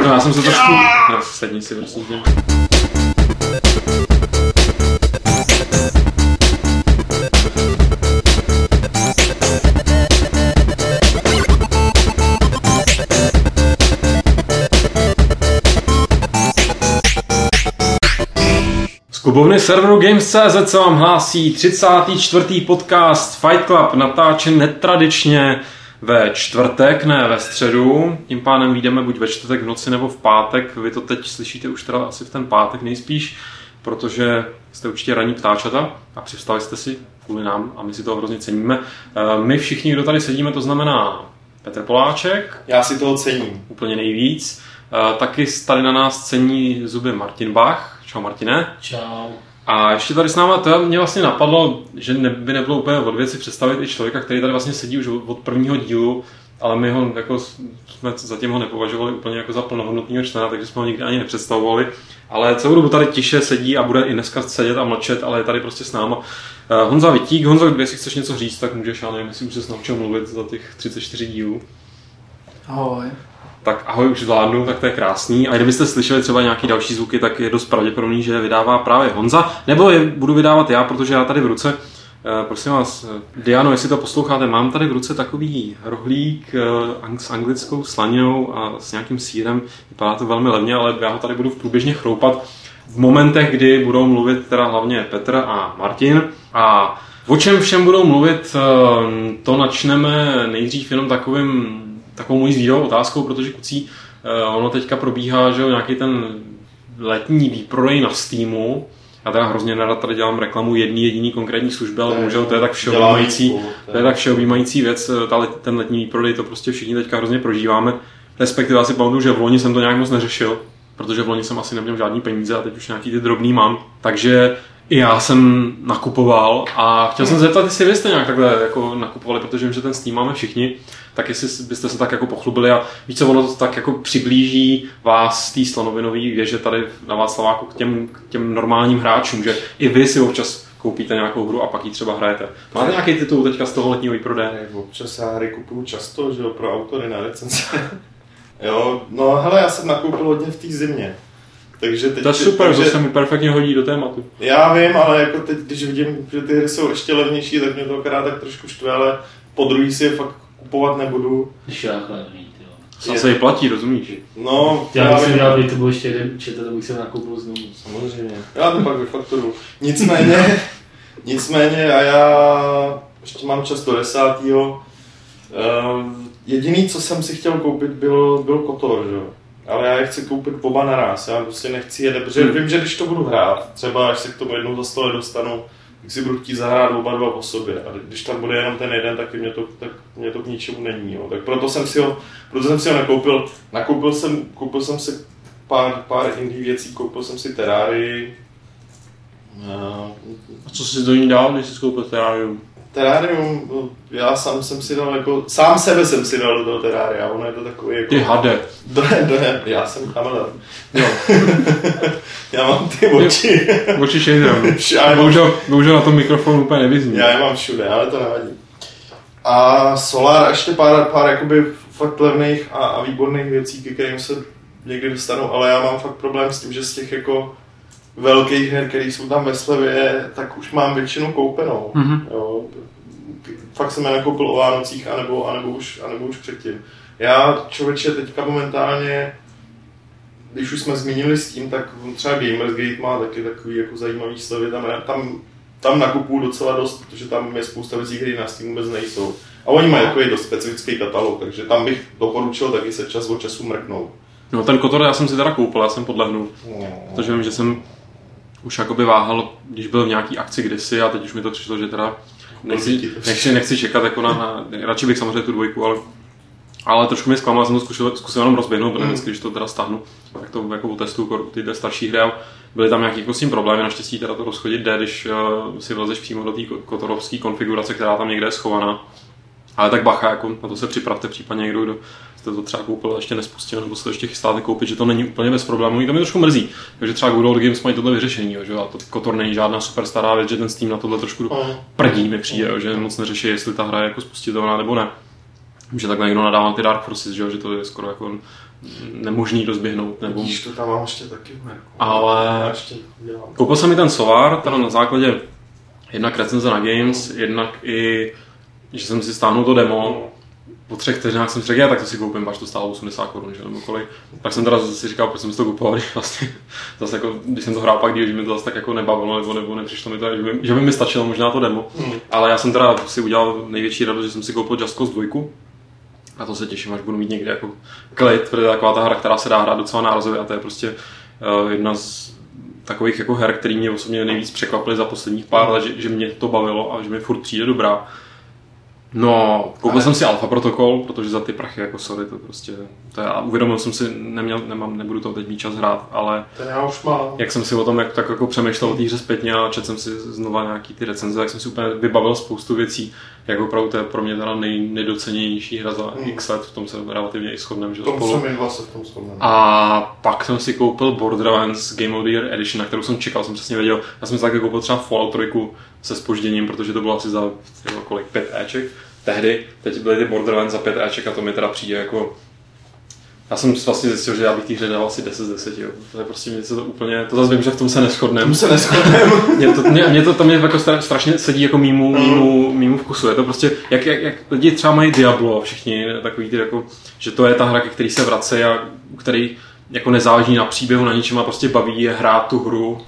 Pardon, já jsem se trošku... Sedni si prosím tě. Z klubovny serveru Games.cz se vám hlásí 34. podcast Fight Club, natáčen netradičně ve čtvrtek, ne ve středu. Tím pádem vyjdeme buď ve čtvrtek v noci nebo v pátek. Vy to teď slyšíte už teda asi v ten pátek nejspíš, protože jste určitě ranní ptáčata a přivstali jste si kvůli nám a my si to hrozně ceníme. My všichni, kdo tady sedíme, to znamená Petr Poláček. Já si toho cením. Úplně nejvíc. Taky tady na nás cení zuby Martin Bach. Čau Martine. Čau. A ještě tady s náma, to mě vlastně napadlo, že by nebylo úplně od věci představit i člověka, který tady vlastně sedí už od prvního dílu, ale my ho jako jsme zatím ho nepovažovali úplně jako za plnohodnotného člena, takže jsme ho nikdy ani nepředstavovali. Ale celou dobu tady tiše sedí a bude i dneska sedět a mlčet, ale je tady prostě s náma. Honza Vitík. Honzo, jestli chceš něco říct, tak můžeš, já nevím, jestli už ses naučil mluvit za těch 34 dílů. Ahoj. Tak ahoj, už zvládnu, tak to je krásný. A kdybyste slyšeli třeba nějaký další zvuky, tak je dost pravděpodobný, že je vydává právě Honza. Nebo je budu vydávat já, protože já tady v ruce, prosím vás, Diano, jestli to posloucháte, mám tady v ruce takový rohlík s anglickou slaninou a s nějakým sýrem. Vypadá to velmi levně, ale já ho tady budu průběžně chroupat v momentech, kdy budou mluvit teda hlavně Petr a Martin. A o čem všem budou mluvit, to načneme nejdřív jenom takovou mojí zvídavou otázkou, protože kucí, ono teďka probíhá, že nějaký ten letní výprodej na Steamu. Já teda hrozně nerad tady dělám reklamu jedný jediný konkrétní služby, ale bohužel to je tak všeobjímající věc, ten letní výprodej, to prostě všichni teďka hrozně prožíváme. Respektive asi pamatuju, že v loni jsem to nějak moc neřešil, protože v loni jsem asi neměl žádný peníze a teď už nějaký ty drobný mám. Takže i já jsem nakupoval a chtěl jsem zeptat, jestli vy jste nějak takhle jako nakupovali, protože vím, že ten Steam máme všichni, tak jestli byste se tak jako pochlubili a víš co, ono to tak jako přiblíží vás z té slonovinové věže tady na Václaváku k těm normálním hráčům, že i vy si občas koupíte nějakou hru a pak ji třeba hrajete. Máte nějaký titul teďka z toho letního výprodeje? Občas já hry kupuju často, že jo, pro autory na recenze. Jo, no hele, já jsem nakoupil hodně v té zimě. Takže teď, to je super, to se mi perfektně hodí do tématu. Já vím, ale jako teď, když vidím, že ty hry jsou ještě levnější, tak mě to akorát tak trošku štve, ale po druhý si je fakt kupovat nebudu. Šách levný, jo. Zase ji platí, rozumíš? No, já bych si dělal, kdyby to bylo ještě jeden čet, to bych se nakoupil znovu. Samozřejmě, já to pak vyfakturuju. Nicméně a já ještě mám čas do 10. Jediný, co jsem si chtěl koupit, byl Kotor, že jo. Ale já je chci koupit oba naraz, já prostě nechci je, protože vím, že když to budu hrát, třeba až se k tomu jednou za stole dostanu, tak si budu chtít zahrát oba dva po sobě. A když tam bude jenom ten jeden, tak mě to k ničemu není. Jo. Tak proto jsem si ho nekoupil. Koupil jsem si pár indie věcí, koupil jsem si Terrarii. A co jsi do ní dal, když jsi koupil Terrarium? Terrarium, já sám sebe jsem si dal do toho Terraria, ono je to takový jako... Ty hade. Já jsem chameleon. Jo. Já mám ty oči. Oči shaderem. Bohužel na tom mikrofonu úplně nevyzní. Já je mám všude, ale to nevadí. A Solar ještě pár jakoby fakt levných a výborných věcí, ke kterým se někdy dostanu, ale já mám fakt problém s tím, že z těch jako velkých her, které jsou tam ve slevě, tak už mám většinu koupenou. Mm-hmm. Jo. Fakt jsem je nakoupil o Vánocích, anebo už předtím. Já člověče teďka momentálně, když už jsme zmínili s tím, tak třeba Gamersgate má taky takový jako zajímavý slevy, tam nakupuju docela dost, protože tam je spousta věcí, které na Steam vůbec nejsou. A oni mají takový dost specifický katalog, takže tam bych doporučil taky se čas od času mrknout. No ten Kotor já jsem si teda koupil, já jsem podlehnul, protože vím, že jsem už jakoby váhal, když byl v nějaký akci kdysi a teď už mi to přišlo, že teda nechci čekat jako radši bych samozřejmě tu dvojku, ale trošku mě zklamal, jsem to zkusil jenom rozběhnout, protože vždycky, když to teda stáhnu, tak to jako otestuju ty starší hry. Byly tam nějaký s tím problémy, naštěstí teda to rozchodit jde, když si vlezeš přímo do té kotorovské konfigurace, která tam někde je schovaná. Ale tak bacha, jako na to se připravte, případně někdo, kdo jste to třeba koupil a ještě nespustil, nebo se to ještě chystáte koupit, že to není úplně bez problémů. To mě trošku mrzí, takže třeba Good Old Games mají tohle vyřešení, že? A to Kotor není žádná super stará věc, že ten Steam na tohle trošku prdí mi přijde, že moc neřeší, jestli ta hra je jako spustitelná nebo ne. Že takhle někdo nadává ty Dark Forces, že to je skoro jako nemožný rozběhnout. Nebo... Vidíš, to tam mám ještě taky. Ale koupil jsem mi ten Solar, teda na základě jednak recenze na Games, jednak i, že jsem si stáhnul to demo. Po 3 vteřinách jsem si řekl, tak to si koupím, až to stálo 80 Kč, nebo kolik. Tak jsem teda si říkal, proč jsem si to kupoval, když vlastně zase jako, když jsem to hrál pak díl, že mi to zase tak jako nebavilo, nebo nepřišlo mi to, že by mi stačilo možná to demo. Ale já jsem teda si udělal největší radost, že jsem si koupil Just Cause 2. A to se těším, až budu mít někde jako klid, protože je taková ta hra, která se dá hrát docela nárazově a to je prostě jedna z takových jako her, který mě osobně nejvíc překvapily za posledních pár let, že mě to bavilo a že mi furt přijde dobrá. No, koupil jsem si Alpha Protocol, protože za ty prachy jako sorry, to prostě, to je, a uvědomil jsem si, nebudu to teď mít čas hrát, ale ten já už mám. Jak jsem si o tom tak jako přemýšlel o té hře zpětně a četl jsem si znova nějaký ty recenze, tak jsem si úplně vybavil spoustu věcí, jako opravdu to je pro mě teda nejdocenější hra za X let, v tom se relativně i shodneme, že spolu. A pak jsem si koupil Borderlands Game of the Year Edition, na kterou jsem čekal, jsem přesně věděl, já jsem si taky koupil třeba Fallout 3 se zpožděním, protože to bylo asi za kolik 5 Eček tehdy, teď byly ty Borderlands za 5 Eček a to mi teda přijde jako... Já jsem vlastně zjistil, že já bych té hře dal asi 10 z 10, jo. To je prostě něco to úplně, to zase vím, že v tom se neshodneme. To mě jako strašně sedí jako mýmu vkusu, je to prostě, jak lidi třeba mají Diablo a všichni takový ty jako, že to je ta hra, ke který se vracejí a který jako nezáleží na příběhu, na ničem a prostě baví je hrát tu hru.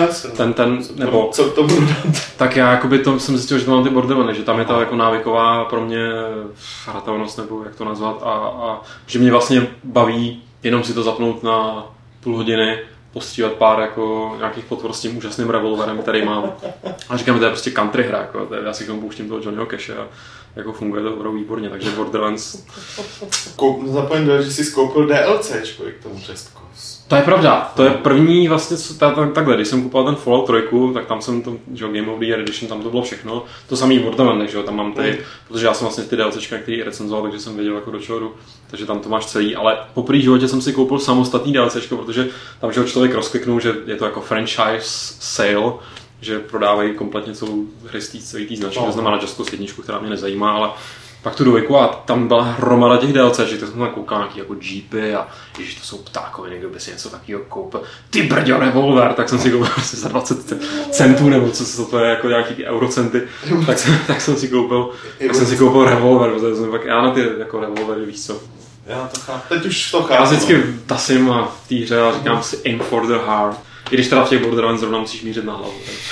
Nebo co to budu dát? Tak já jakoby to jsem zjistil, že to mám ty Borderlands, že tam je ta jako návyková pro mě hratelnost, nebo jak to nazvat a že mě vlastně baví jenom si to zapnout na půl hodiny, postřívat pár jako nějakých potvor s tím úžasným revolverem, který mám. A říkám, to je prostě country hra, jako, já si k tomu pouštím toho Johnnyho Cashe a jako funguje to opravdu výborně, takže Borderlands. Zapomněl, že jsi skoupil DLCčko k tomu Just Cause. To je pravda, to je první vlastně, takhle, když jsem kupoval ten Fallout 3, tak tam jsem to, že Game of the Year Edition, tam to bylo všechno, to samý Borderlands, že jo, tam mám ty, protože já jsem vlastně ty DLCčka, který recenzoval, takže jsem věděl jako do čeho jdu, takže tam to máš celý, ale po první životě jsem si koupil samostatný DLCčko, protože tam, že ho člověk rozkliknul, že je to jako franchise sale, že prodávají kompletně celou hry z celé té značky, to znamená Just Cause 1, která mě nezajímá, ale pak tu 2 a tam byla hromada těch DLCček, tak jsem tam koukal nějaký jako jeepy a ježiš, to jsou ptákové, někdo by si něco takového koupil. Ty brďo, revolver, tak jsem si koupil asi za 20 centů, nebo co to je, jako nějaký eurocenty, tak jsem si koupil revolver, protože jsem pak, já na ty jako revolvery, víš co. Já to chápu, teď už to chápu. Já vždycky tasím v té hře a říkám si aim for the heart, i když teda v těch Borderlands zrovna musíš mířit na hlavu.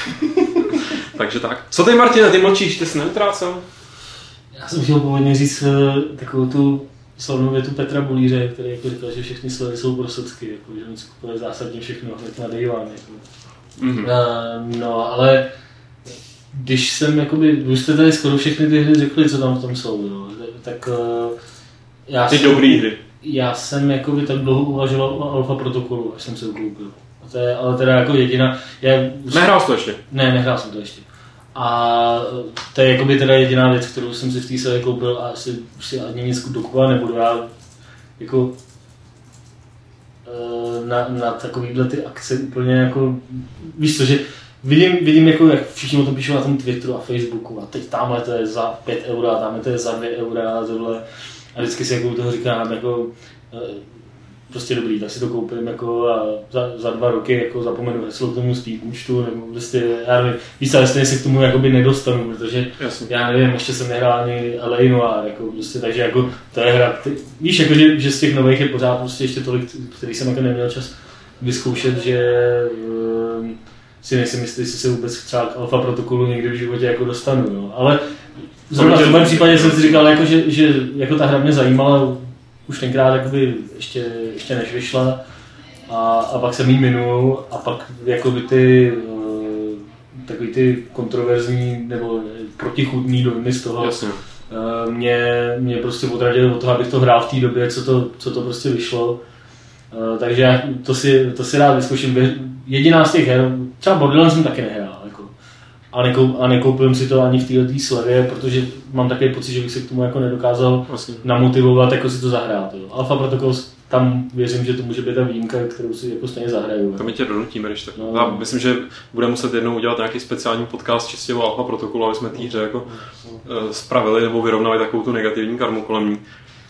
Takže tak. Co ty, Martine, ty mlčíš, ty jsi neutrácel? Já jsem chtěl původně říct takovou tu slavnou větu Petra Bulíře, který jako říkal, že všechny slevy jsou pro socky, jako, že oni si kupovali zásadně všechno hned na day one. Jako. No, ale když jsem, jakoby, už jste tady skoro všechny ty hry řekli, co tam v tom jsou, no, tak já ty dobrý hry. Já jsem jakoby tak dlouho uvažoval o Alpha Protocolu, až jsem se ho koupil. To je ale teda jako jediná... Nehrál jsi to ještě? Ne, nehrál jsem to ještě. A to je jakoby teda jediná věc, kterou jsem si v té sérii koupil a asi už si ani nic dokupovat nebudu. Já jako na takovýhle ty akce úplně jako, víš co, že vidím jako, jak všichni o tom píšou na tom Twitteru a Facebooku a teď tamhle to je za 5 eura, tamhle to je za 2 eura a tohle. A vždycky si jako u toho říkám, jako prostě dobrý, tak si to koupím jako a za 2 roky jako zapomenu heslo k tomu svým účtu, nebo prostě, já nevím, víc, ale stejně se k tomu jakoby nedostanu, protože já nevím, ještě jsem nehrál ani LA Noir, jako prostě, takže jako to je hra, víš, jako, že z těch nových je pořád prostě ještě tolik, který jsem jako neměl čas vyzkoušet, že si nejsem jistý, jestli se vůbec třeba k Alpha Protokolu někdy v životě jako dostanu, jo. Ale zrovna v tom případě jsem si říkal, jako, že jako ta hra mě zajímala už tenkrát jakoby ještě než vyšla a pak jsem jí minul a pak jakoby ty takový ty kontroverzní nebo protichůdný dojmy z toho mě prostě odradili od toho, abych to hrál v té době, co to prostě vyšlo. Takže já to si rád vyzkouším. Jediná z těch her, třeba Borderlands jsem taky nehrál. Jako. A nekoupil si to ani v této slevě, protože mám takový pocit, že bych se k tomu jako nedokázal namotivovat, jako si to zahrát. Jo. Alpha Protocol, tam věřím, že to může být ta výjimka, kterou si jako stejně zahraju. To my tě donutíme, když tak. No. Já myslím, že budeme muset jednou udělat nějaký speciální podcast čistě o Alpha Protocolu, aby jsme té hře jako spravili nebo vyrovnali takovou tu negativní karmu kolem ní.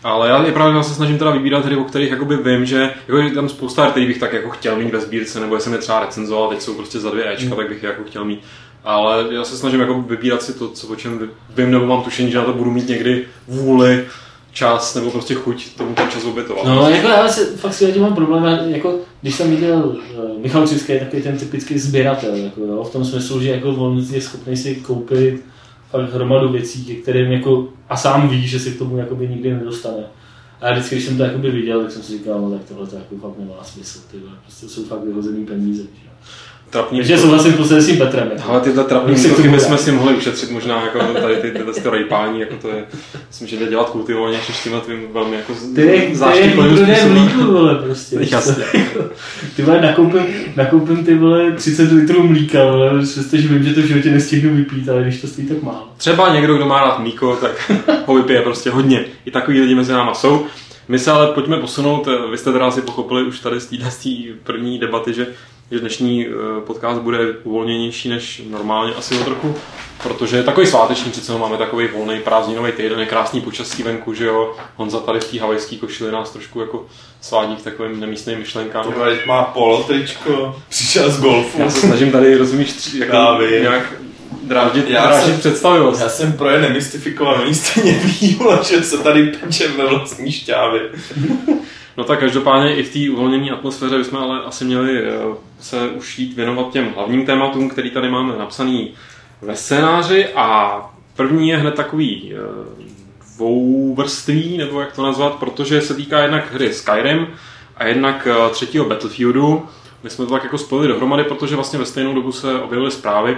Ale já právě se snažím teda vybírat hry, o kterých jakoby vím, že jako je tam spousta her, který bych tak jako chtěl mít ve sbírce, nebo jsem je třeba recenzoval, teď jsou prostě za 2 Ečka, tak bych je jako chtěl mít. Ale já se snažím jako vybírat si to, o čem vím, nebo mám tušení, že na to budu mít někdy vůli, čas, nebo prostě chuť tomu ten čas obětovat. No, jako já fakt si mám problém, jako když jsem viděl Michal Český, takový ten typický sběratel, jako jo, v tom smyslu, že jako on je schopný si koupit fakt hromadu věcí, ke kterým jako, a sám ví, že si k tomu jakoby nikdy nedostane. A vždycky, když jsem to jakoby viděl, tak jsem si říkal, no tak tohle to jako fakt nemá smysl, tyhle. Prostě jsou fakt vyhozený peníze. Že? Takže souhlasím prostě s tím Petrem. Jako. Ale tyhle trapný útoky bychom si mohli ušetřit možná jako tady ty rejpání, jako to je, myslím, že jde dělat kultivovaně, než tímhle tvým velmi jako záštikovým způsobem. Mlíku, vole, prostě. Jasně. Ty vole, nakoupím ty vole 30 litrů mlíka, vole, přestože vím, že to v životě nestihnu vypít, ale když to stojí tak málo. Třeba někdo, kdo má rád mlíko, tak ho vypije prostě hodně. I takový lidi mezi náma jsou. My se ale pojďme posunout, vy jste teda asi pochopili už tady z té první debaty, že dnešní podcast bude uvolněnější než normálně asi o trochu, protože je takový sváteční, přece máme takový volný prázdninový týden, je krásný počasí venku, že jo. Honza tady v té havajské košili nás trošku jako svádí k takovým nemístným myšlenkám. To má polotričko, přišel z golfu. Já se snažím tady, rozumíš, jako nějak dráždit představivost. Já jsem pro je nemystifikoval, oni stejně ví, že se tady pečem ve vlastní šťávě. No tak každopádně i v té uvolněné atmosféře bychom ale asi měli se už jít věnovat těm hlavním tématům, který tady máme napsaný ve scénáři, a první je hned takový dvouvrství, nebo jak to nazvat, protože se týká jednak hry Skyrim a jednak třetího Battlefieldu. My jsme to tak jako spojili dohromady, protože vlastně ve stejnou dobu se objevily zprávy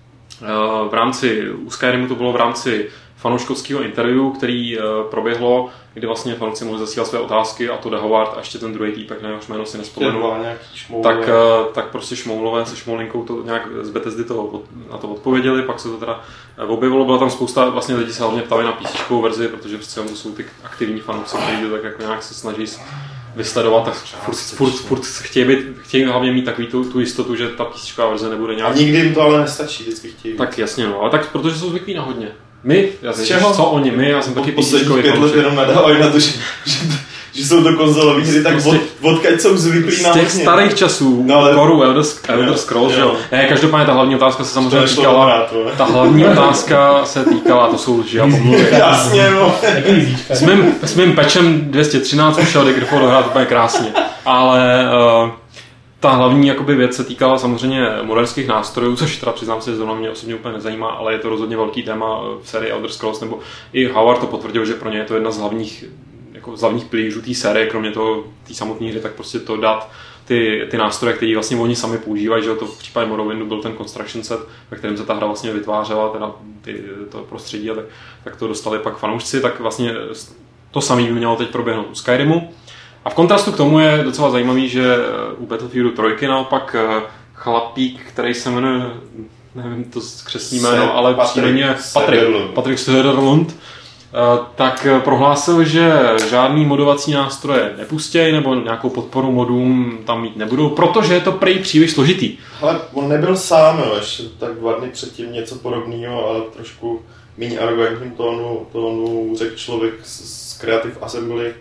u Skyrimu to bylo v rámci fanouškovského interview, který proběhlo, kdy vlastně fanoušci mohli zasílat své otázky, a to De Howard a ještě ten druhý týpek, na jehož jméno si nespomenu. Tak prostě Šmoulové se Šmoulinkou to nějak z Bethesdy na to odpověděli, pak se to teda objevilo, byla tam spousta, vlastně lidi se hlavně ptali na písíčkovou verzi, protože prostě to jsou ty aktivní fanoušci, kteří to tak jako nějak se snaží vysledovat, tak furt chtějí hlavně mít takový tu jistotu, že ta písíčková verze nebude nějak... A nikdy jim to ale nestačí, vždycky chtějí. Tak jasně, no, ale tak protože jsou zvyklí na hodně. Co oni, já jsem taky písíčkový. Posledních 5 let jenom nadávají na to, že jsou to konzolové hry, tak odkud jsou zvyklí na hodně. Z těch starých časů, Koru, Elder Scrolls, jo. Ne, každopádně ta hlavní otázka se samozřejmě týkala, to jsou lži a pomluvy. Jasně, no. S mým patchem 213 už šel Daggerfall dohrát úplně krásně, ale ta hlavní jakoby věc se týkala samozřejmě moderských nástrojů, což teda přiznám se, že zrovna mě osobně úplně nezajímá, ale je to rozhodně velký téma v sérii Elder Scrolls, nebo i Howard to potvrdil, že pro ně je to jedna z hlavních pilířů té série, kromě toho té samotné hry, tak prostě to dát ty nástroje, které vlastně oni sami používají, že to v případě Morrowindu byl ten construction set, ve kterém se ta hra vlastně vytvářela, teda to prostředí, a tak to dostali pak fanoušci, tak vlastně to samé by mělo teď proběhnout u Skyrimu. A v kontrastu k tomu je docela zajímavý, že u Battlefieldu 3 naopak chlapík, který se jmenuje, nevím to křestní jméno, ale příjmení je Patrick Söderlund, tak prohlásil, že žádný modovací nástroje nepustějí nebo nějakou podporu modům tam mít nebudou, protože je to prej příliš složitý. Ale on nebyl sám, jo, ještě tak 2 dny předtím něco podobného, ale trošku méně arrogantním tónu řekl člověk z Creative Assembly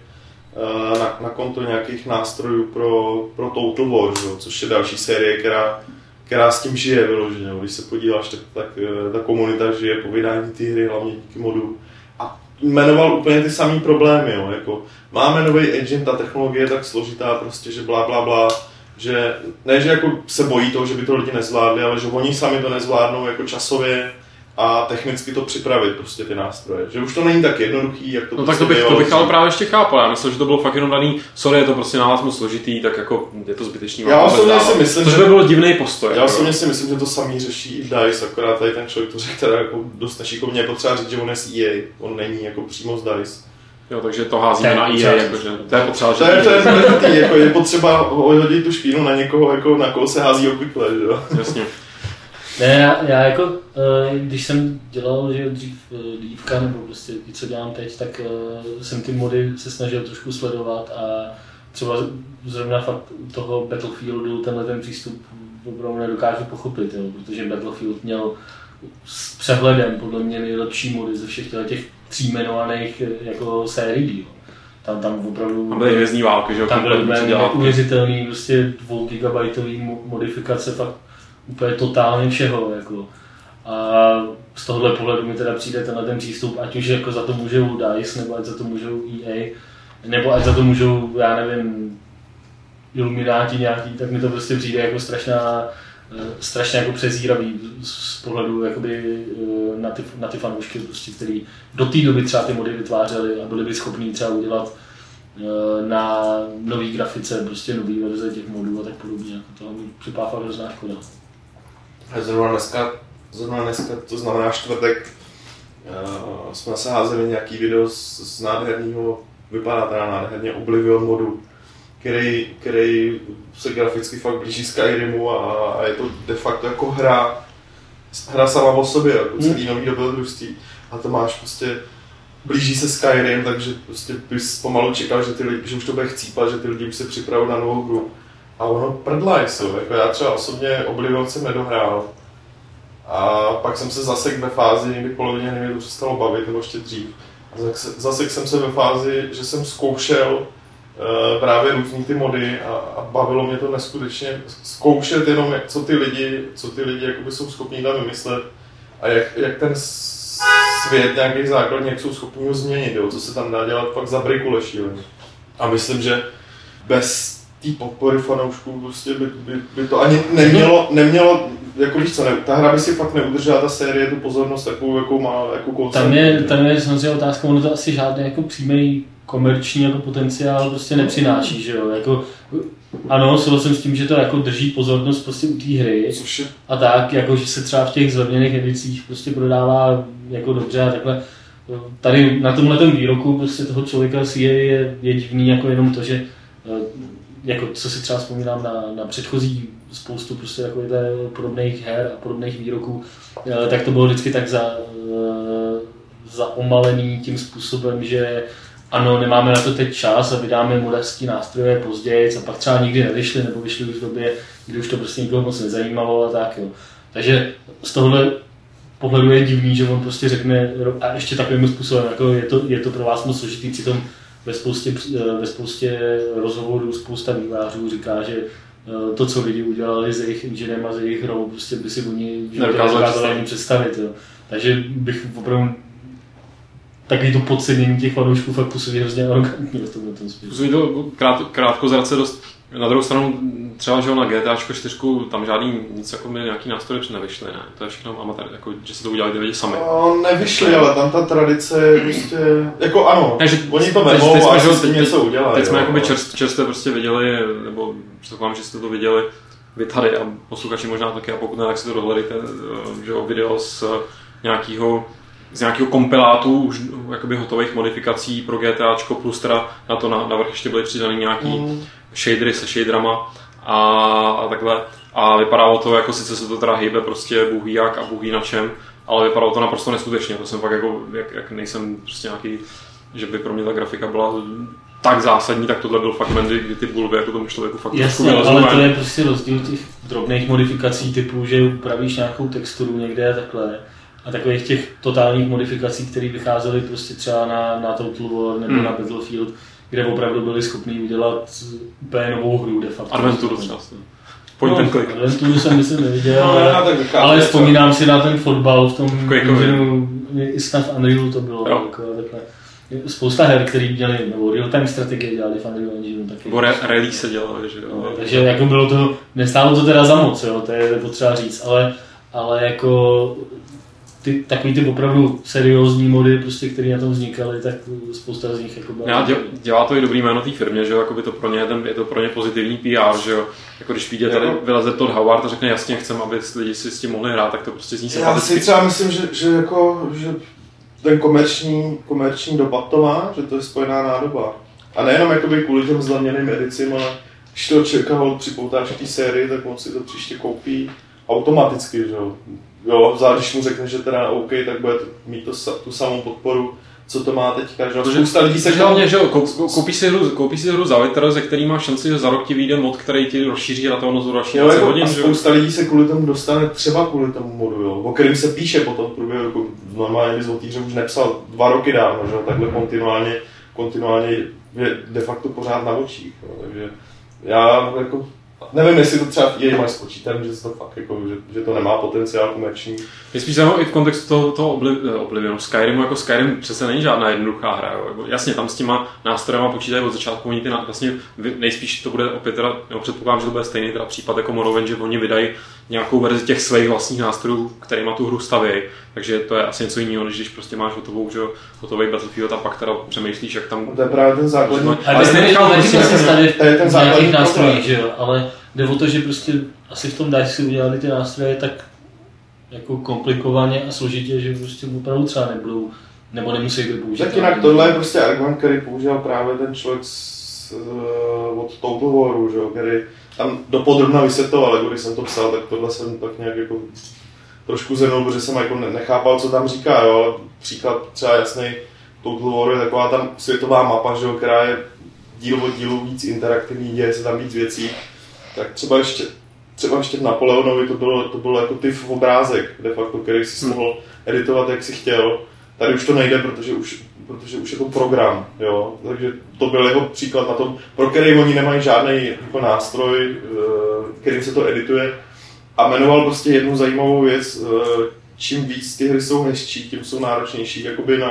na konto nějakých nástrojů pro Total War, jo, což je další série, která s tím žije vyloženě. Když se podíváš, tak ta komunita žije po vydání té hry, hlavně díky modu. A jmenoval úplně ty samý problémy, jo, jako máme nový engine, ta technologie je tak složitá, prostě, že blá, že ne, že jako se bojí toho, že by to lidi nezvládli, ale že oni sami to nezvládnou jako časově a technicky to připravit, prostě ty nástroje. Že už to není tak jednoduchý, jak to no tak to bych ale právě ještě chápal. Já myslím, že to bylo fakt jenom daný, sorry, je to prostě nálaz moc složitý, tak jako je to zbytečný. Já osobně si myslím, že by byl divný postoj. Já osobně si myslím, že to samý řeší i DICE, akorát tady ten člověk to řekl teda jako dost nešikovně, je potřeba říct, že on je z EA, on není jako přímo z DICE. Jo, takže to házíme na EA, jakože to je potřeba, že to je důležitý, jako je potřeba hodit tu špínu na někoho, jako na koho se hází obvykle, že jo. Jasně. Ne, já jako, když jsem dělal, že dívka, nebo prostě co dělám teď, tak jsem ty mody se snažil trošku sledovat a třeba zrovna fakt u toho Battlefieldu tenhle ten přístup opravdu nedokážu pochopit, jo, protože Battlefield měl s přehledem podle mě nejlepší mody ze všech těch 3 jmenovaných jako sérií. Jo. Tam opravdu... Tam byly hvězdní války, že jo? Tam byly neuvěřitelný prostě 2 gigabajtový modifikace, fakt úplně totálně všeho, jako. A z tohohle pohledu mi teda přijde ten přístup, ať už jako za to můžou DICE, nebo ať za to můžou EA, nebo ať za to můžou, já nevím, Illuminati nějaký, tak mi to prostě přijde jako strašně jako přezíravý z pohledu jakoby na ty fanoušky, prostě, který do té doby třeba ty mody vytvářeli a byli by schopní třeba udělat na nový grafice, prostě nový verze těch modů a tak podobně. Jako to mi připadá fakt hrozná škoda. Zrovna dneska, to znamená čtvrtek, jsme se házeli nějaký video z nádherného, vypadá teda nádherně, Oblivion modu, který se graficky fakt blíží Skyrimu a je to de facto jako hra sama o sobě, jako celý nový dobrodružství. A to máš prostě, blíží se Skyrim, takže prostě bys pomalu čekal, že už to bude chcípat, že ty lidi už se připravují na novou hru. A ono prdlaj jsou, jako já třeba osobně Oblivion jsem nedohrál. A pak jsem se zasek ve fázi, někdy polovině mě to přestalo bavit, nebo ještě dřív. Zasek jsem se ve fázi, že jsem zkoušel právě různý ty mody a bavilo mě to neskutečně zkoušet jenom, co ty lidi jakoby jsou schopní tam vymyslet a jak ten svět nějaký základní, jak jsou schopní ho změnit, jo, co se tam dá dělat fakt za brikule šíleně. A myslím, že bez té podpory fanoušků prostě by to ani nemělo jako víš co, ta hra by si fakt neudržela, ta série, tu pozornost takovou, jakou má, jako koncert. Tam je samozřejmě otázka, ono to asi žádný jako přímý komerční jako potenciál prostě nepřináší, že jo, jako ano, souhlasím s tím, že to jako drží pozornost prostě u té hry a tak, jako že se třeba v těch zlevněných edicích prostě prodává jako dobře a takhle. Tady na tomhletom výroku prostě toho člověka si je divný jako jenom to, že jako co si třeba vzpomínám na předchozí spoustu prostě jako podobných her a podobných výroků, tak to bylo vždycky tak zaomalený tím způsobem, že ano, nemáme na to teď čas a vydáme modařský nástroje později a pak třeba nikdy nevyšly nebo vyšly už v době, kdy už to prostě nikoho moc nezajímalo a tak jo. Takže z tohohle pohledu je divný, že on prostě řekne a ještě takovým způsobem, jako je to pro vás moc složitý, přitom ve spoustě rozhovorů spousta vývojářů říká, že to, co lidi udělali s jejich enginem a s jejich hrou, prostě by si oni nedokázali ani představit. Jo. Takže bych opravdu taky to podcenění těch fanoušků fakt působí hrozně arrogantně v tomhle smyslu. Působí to krátkozrace dost. Na druhou stranu třeba, že na GTAčko 4 tam žádný nic jako nějaký nástroje nevyšly, ne? To je všechno amatér, jako, že si to udělali ty lidi sami. No, nevyšly, ale tam ta tradice je prostě, jako ano, takže oni to vemou a asi s tím něco udělají. Teď jsme jakoby čerstvě prostě viděli, nebo předpokládám, že jste to viděli vy tady a posluchači možná taky, a pokud ne, tak si to dohledejte, že video z nějakého kompilátu už jakoby hotových modifikací pro GTAčko, plus teda na to navrch ještě byly přidaný nějaký shadery se shaderama a takhle. A vypadalo to, jako sice se to teda hýbe prostě bůh ví jak a bůh ví na čem, ale vypadalo to naprosto neskutečně. To jsem fakt jako, jak nejsem prostě nějaký, že by pro mě ta grafika byla tak zásadní, tak tohle byl fakt moment, kdy ty bulby jako tomu člověku fakt jasně, ale to je prostě rozdíl těch drobných modifikací typu, že upravíš nějakou texturu někde a takhle. A takových těch totálních modifikací, které vycházely prostě třeba na Total War nebo na Battlefield, kde opravdu byli schopni udělat úplně novou hru de facto. Adventuru třeba. Point and click. Adventuru jsem myslím neviděl, ale vzpomínám si na ten fotbal v tom engine, i snad v Unreal to bylo. Jako, spousta her, které dělali, nebo real-time strategie dělali v Unreal Engine taky. Nebo rally se dělali, že jo. No, takže jako bylo to, nestálo to teda za moc, jo, to je potřeba říct, ale jako takový ty opravdu seriózní mody, prostě, které na tom vznikaly, tak spousta z nich jako byla. Dělá to i dobrý jméno té firmě, že jo, jako by to pro ně je to pro ně pozitivní PR, že jo. Jako když přijde tady vyleze Todd Howard a řekne jasně chcem, aby lidi si s tím mohli hrát, tak to prostě zní se. Já si třeba myslím, že ten komerční dopad to má, že to je spojená nádoba. A nejenom jakoby kvůli těm zlevněným edicím, ale když to čekal připoutáš v té sérii, tak on si to příště koupí automaticky, že jo. Jo, když mu řekne, že teda OK, tak bude mít tu samou podporu, co to má teďka, že spousta lidí se hlavně, že koupí si hru za litr, ze který má šanci, že za rok ti vyjde mod, který ti rozšíří hratelnost o další 20 hodin. A spousta lidí se kvůli tomu dostane třeba kvůli tomu modu, jo, o kterým se píše potom v průběhu roku. Normálně bys o té hře už nepsal 2 roky dávno, že takhle kontinuálně je de facto pořád na očích. Jo. Takže já jako nevím, jestli to třeba v EA máš spočítat, že to fakt jako, že to nemá potenciál komerční. Je spíš i v kontextu toho Oblivionu. Skyrimu, jako Skyrim přece není žádná jednoduchá hra. Jo. Jasně, tam s těma nástrojema počítají od začátku, oni ty vlastně nejspíš to bude opět teda, předpokládám, že to bude stejný teda případ jako Morrowind, že oni vydají nějakou verzi těch svých vlastních nástrojů, kterýma tu hru stavějí. Takže to je asi něco jiného, než když prostě máš hotový Battlefield a pak teda přemýšlíš, jak tam... To je právě ten základní... Ale to je ten základní nástroj, že jo, ale jde o to, že prostě asi v tom DICE si udělali ty nástroje tak jako komplikovaně a složitě, že prostě opravdu třeba nebudou, nebo nemusí to použít. Tak jinak tohle je prostě argument, který použil právě ten člověk od Total Waru, že jo, který tam dopodrobna vysvětloval, jako když jsem to psal, tak tohle jsem tak nějak jako trošku zhrnul, protože jsem jako nechápal, co tam říká, jo, ale příklad třeba jasný Total Waru je taková tam světová mapa, že jo, která je díl od dílu víc interaktivní, děje se tam víc věcí, tak třeba ještě v Napoleonovi to bylo jako TIFF obrázek, de facto, který si mohl editovat, jak si chtěl. Tady už to nejde, protože už je to program, jo. Takže to byl jeho příklad na tom, pro který oni nemají žádný jako nástroj, kterým se to edituje. A jmenoval prostě jednu zajímavou věc, čím víc ty hry jsou hezčí, tím jsou náročnější jakoby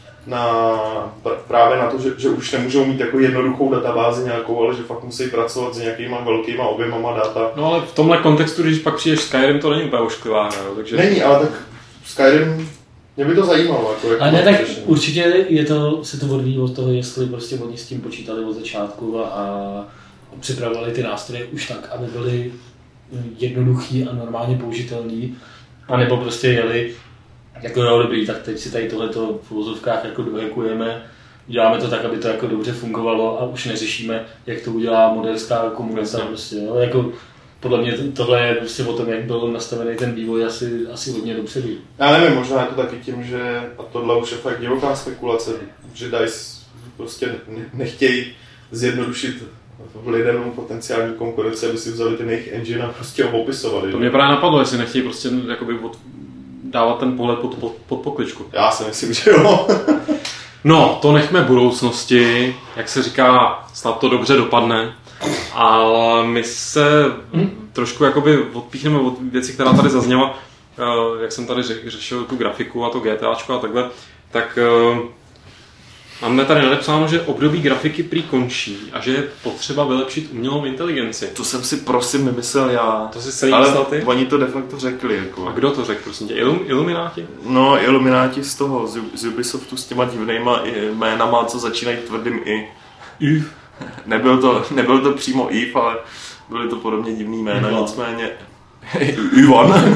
právě na to, že už nemůžou mít jako jednoduchou databázi nějakou, ale že fakt musí pracovat s nějakýma velkýma objemama data. No ale v tomhle kontextu, když pak přijdeš Skyrim, to není úplně ošklivá hra, takže... Není, ale tak Skyrim, mě by to zajímalo. Jako ale ne, tak určitě se to odvíjí od toho, jestli prostě oni s tím počítali od začátku a připravovali ty nástroje už tak, aby byly jednoduchý a normálně použitelný, anebo prostě jeli jako jo, dobrý, tak teď si tady tohleto v uvozovkách jako dohekujeme, uděláme to tak, aby to jako dobře fungovalo a už neřešíme, jak to udělá moderská komunita. Prostě, jo. Jako, podle mě tohle je prostě o tom, jak byl nastavený ten vývoj asi hodně dopředu. Já nevím, možná je to taky tím, že a tohle už je fakt divoká spekulace, že DICE prostě nechtějí zjednodušit lidem potenciální konkurenci, aby si vzali ten jejich engine a prostě ho opisovali. To mě právě napadlo, jestli nechtějí prostě jakoby dávat ten pohled pod pokličku. Já si myslím, že jo. No, to nechme budoucnosti, jak se říká, snad to dobře dopadne, ale my se trošku jakoby odpíchneme od věcí, která tady zazněla, jak jsem tady řešil tu grafiku a to GTAčko a takhle, tak máme tady nadepsáno, že období grafiky prý končí a že je potřeba vylepšit umělou inteligenci. To jsem si prosím nemyslel já. To si celý ale myslel ty? Oni to de facto řekli. Jako. A kdo to řekl, prosím tě? Ilumináti? No, Ilumináti z toho, z Ubisoftu s těma divnýma jménama, co začínají tvrdým i. Yves. Nebyl to přímo Yves, ale byly to podobně divný jména, nicméně... Ivan.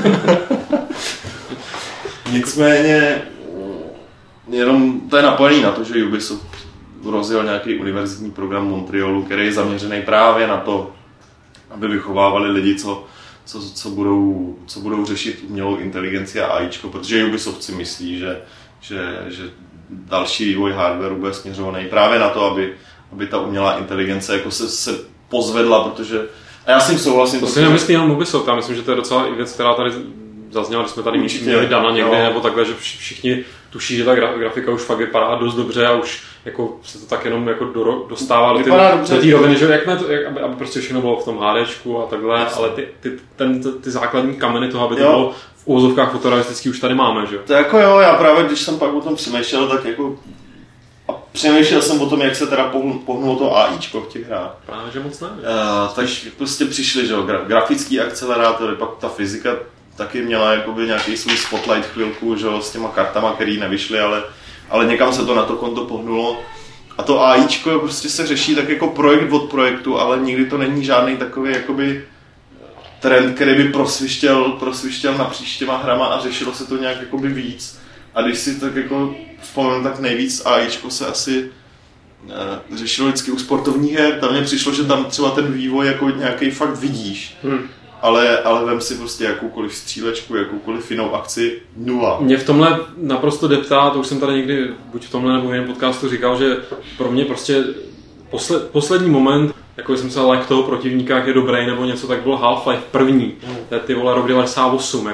Nicméně... Jenom to je napojený na to, že Ubisoft rozjel nějaký univerzitní program Montrealu, který je zaměřený právě na to, aby vychovávali lidi, co budou řešit umělou inteligenci a AIčko, protože Ubisoft si myslí, že další vývoj hardwareu bude směřovaný právě na to, aby ta umělá inteligence jako se pozvedla, protože... A já s tím souhlasím. To si nemyslí jenom Ubisoft, já myslím, že to je docela i věc, která tady zazněla, když jsme tady měli Dana někdy, nebo takhle, že všichni tuší, že ta grafika už fakt vypadá dost dobře a už jako se to tak jenom jako dostává do té roviny, že aby prostě všechno bylo v tom HDčku a takhle, ale ty základní kameny toho, aby to bylo v uvozovkách fotorealistický, už tady máme, že? To jako jo, já právě když jsem pak o tom přemýšlel, tak jako přemýšlel jsem o tom, jak se teda pohnulo to AIčko v těch hrách. Právě, že moc ne. Tak prostě přišli, že jo, grafický akcelerátory, pak ta fyzika taky měla jakoby nějaký svůj spotlight chvilku, že jo, s těma kartama, které nevyšly, ale někam se to na to konto pohnulo. A to AIčko prostě se řeší tak jako projekt od projektu, ale nikdy to není žádný takový jakoby trend, který by prosvištěl napříč těma hrama a řešilo se to nějak jakoby víc. A když si tak jako vzpomenu, tak nejvíc AIčko se asi řešilo vždycky u sportovních her. Tam mně přišlo, že tam třeba ten vývoj jako nějaký fakt vidíš. Ale vem si prostě jakoukoliv střílečku, jakoukoliv jinou akci, nula. Mě v tomhle naprosto deptá, to už jsem tady někdy, buď v tomhle nebo v jiném podcastu říkal, že pro mě prostě poslední moment, jako jsem se lek toho protivníka, jak je dobrý nebo něco, tak byl Half-Life první, ty vole rok 98, jako.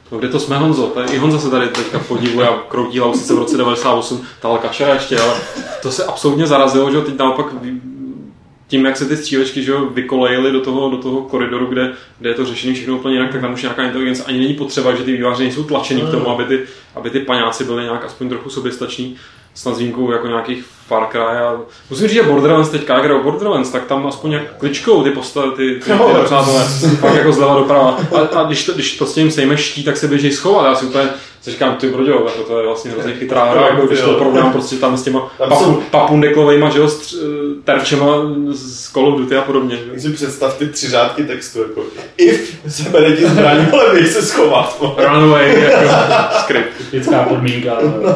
No kde to jsme, Honzo? I Honza se tady teďka podivuje a kroutí lausice v roce 98, tahal kašera ještě, ale to se absolutně zarazilo, že teď naopak tím, jak se ty střílečky, že vykolejily do toho koridoru, kde je to řešení všechno úplně jinak, tak tam už nějaká inteligence ani není potřeba, že ty vývojáři nejsou tlačení k tomu, aby ty paňáci byli nějak aspoň trochu soběstační, snad s výjimkou jako nějakých Far Cry. A musím říct, že Borderlands teďka, jak hraju Borderlands, tak tam aspoň jak kličkou ty postavy, ty přátelé, pak jako zleva doprava. A když to s tím sejmeš štít, tak se běží schovat. Já si úplně si říkám, ty broďo, jako to je vlastně hrozně chytrá hra, jako když to porovnám prostě tam s těma papundeklovejma, že jo, terčema z Call of Duty a podobně. Tak si představ ty 3 řádky textu, jako if se bere ti zbraň, ale běž se schovat. Run away, jako skript. Typická podmínka.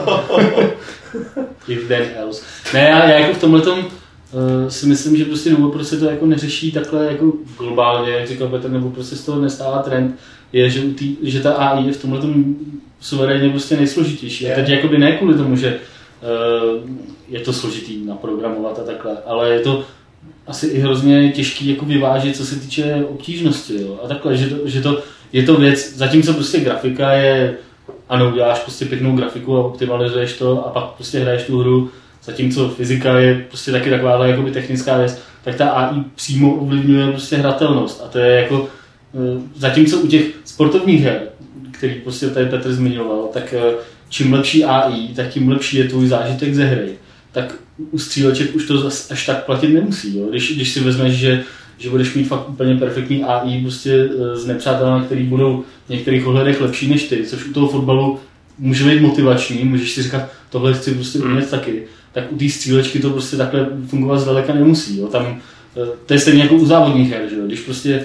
If then else. Ne, já jako v tomhletom si myslím, že prostě důvod, proč se to jako neřeší takhle jako globálně, jak říkal Petr, nebo prostě z toho nestává trend, je, že ta AI je v tomhletom suverénně prostě nejsložitější. A teď jakoby ne kvůli tomu, že je to složitý naprogramovat a takhle, ale je to asi i hrozně těžký jako vyvážit, co se týče obtížnosti. Jo? A takhle, že to je to věc, zatímco prostě grafika je, ano, uděláš prostě pěknou grafiku a optimalizuješ to a pak prostě hraješ tu hru, zatímco fyzika je prostě taky takováhle jakoby technická věc, tak ta AI přímo ovlivňuje prostě hratelnost. A to je jako, zatímco u těch sportovních her, který prostě tady Petr zmiňoval, tak čím lepší AI, tak tím lepší je tvůj zážitek ze hry. Tak u stříleček už to až tak platit nemusí. Jo? Když si vezmeš, že budeš mít fakt úplně perfektní AI prostě s nepřátelami, který budou v některých ohledech lepší než ty, což u toho fotbalu může být motivační, můžeš si říkat, tohle chci prostě umět taky, tak u té střílečky to prostě takhle fungovat zdaleka nemusí. Jo? Tam, to je stejně jako u závodních her, že jo? Když prostě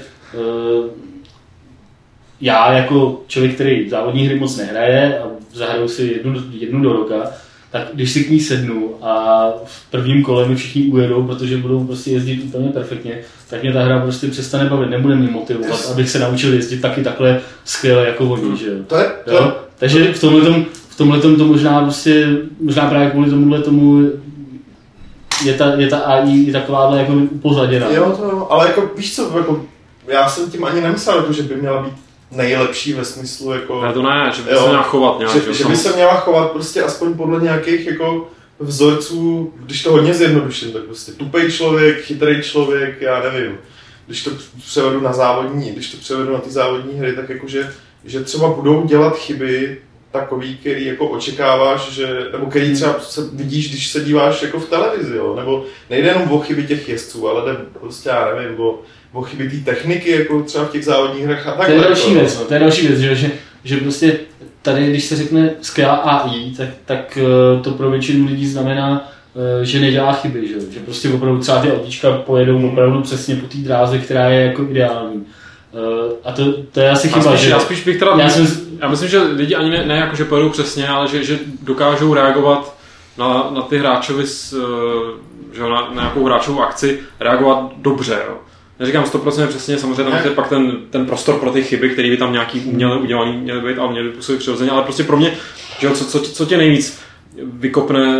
já jako člověk, který závodní hry moc nehraje a zahraju si jednu do roka, tak když si k ní sednu a v prvním kole mi všichni ujedou, protože budou prostě jezdit úplně perfektně, tak mě ta hra prostě přestane bavit, nebude mě motivovat, abych se naučil jezdit taky takhle skvěle jako oni, že jo. Takže v tomhletom to možná právě kvůli tomu je ta AI i takováhle jako upozaděná. Jo, ale jako víš co, jako, já jsem tím ani nemyslel, jako, že by měla být nejlepší ve smyslu jako... Ne, to ne, že by se měla chovat nějak. Že by se měla chovat prostě aspoň podle nějakých jako vzorců, když to hodně zjednoduším, tak prostě tupej člověk, chytrý člověk, já nevím. Když to převedu na ty závodní hry, tak jakože, že třeba budou dělat chyby takový, který jako očekáváš, že, nebo který třeba se vidíš, když se díváš jako v televizi, jo? Nebo nejde jenom o chyby těch jezdců, ale jde prostě, já nevím, o chyby té techniky, jako třeba v těch závodních hrách a takhle. To je další věc, že prostě tady, když se řekne skvělá AI, tak to pro většinu lidí znamená, že nedělá chyby, že prostě opravdu třeba ty autíčka pojedou opravdu přesně po té dráze, která je jako ideální. A to je asi chyba, já spíš bych teda, já myslím, že lidi ani ne jako, že pojedou přesně, ale že dokážou reagovat na ty hráčovi, že na nějakou hráčovou akci, reagovat dobře. Jo. Neříkám 100% přesně, samozřejmě tam je pak ten prostor pro ty chyby, které by tam nějaký uměle udělaný měly být a měly by působit přirozeně, ale prostě pro mě, že co tě nejvíc vykopne,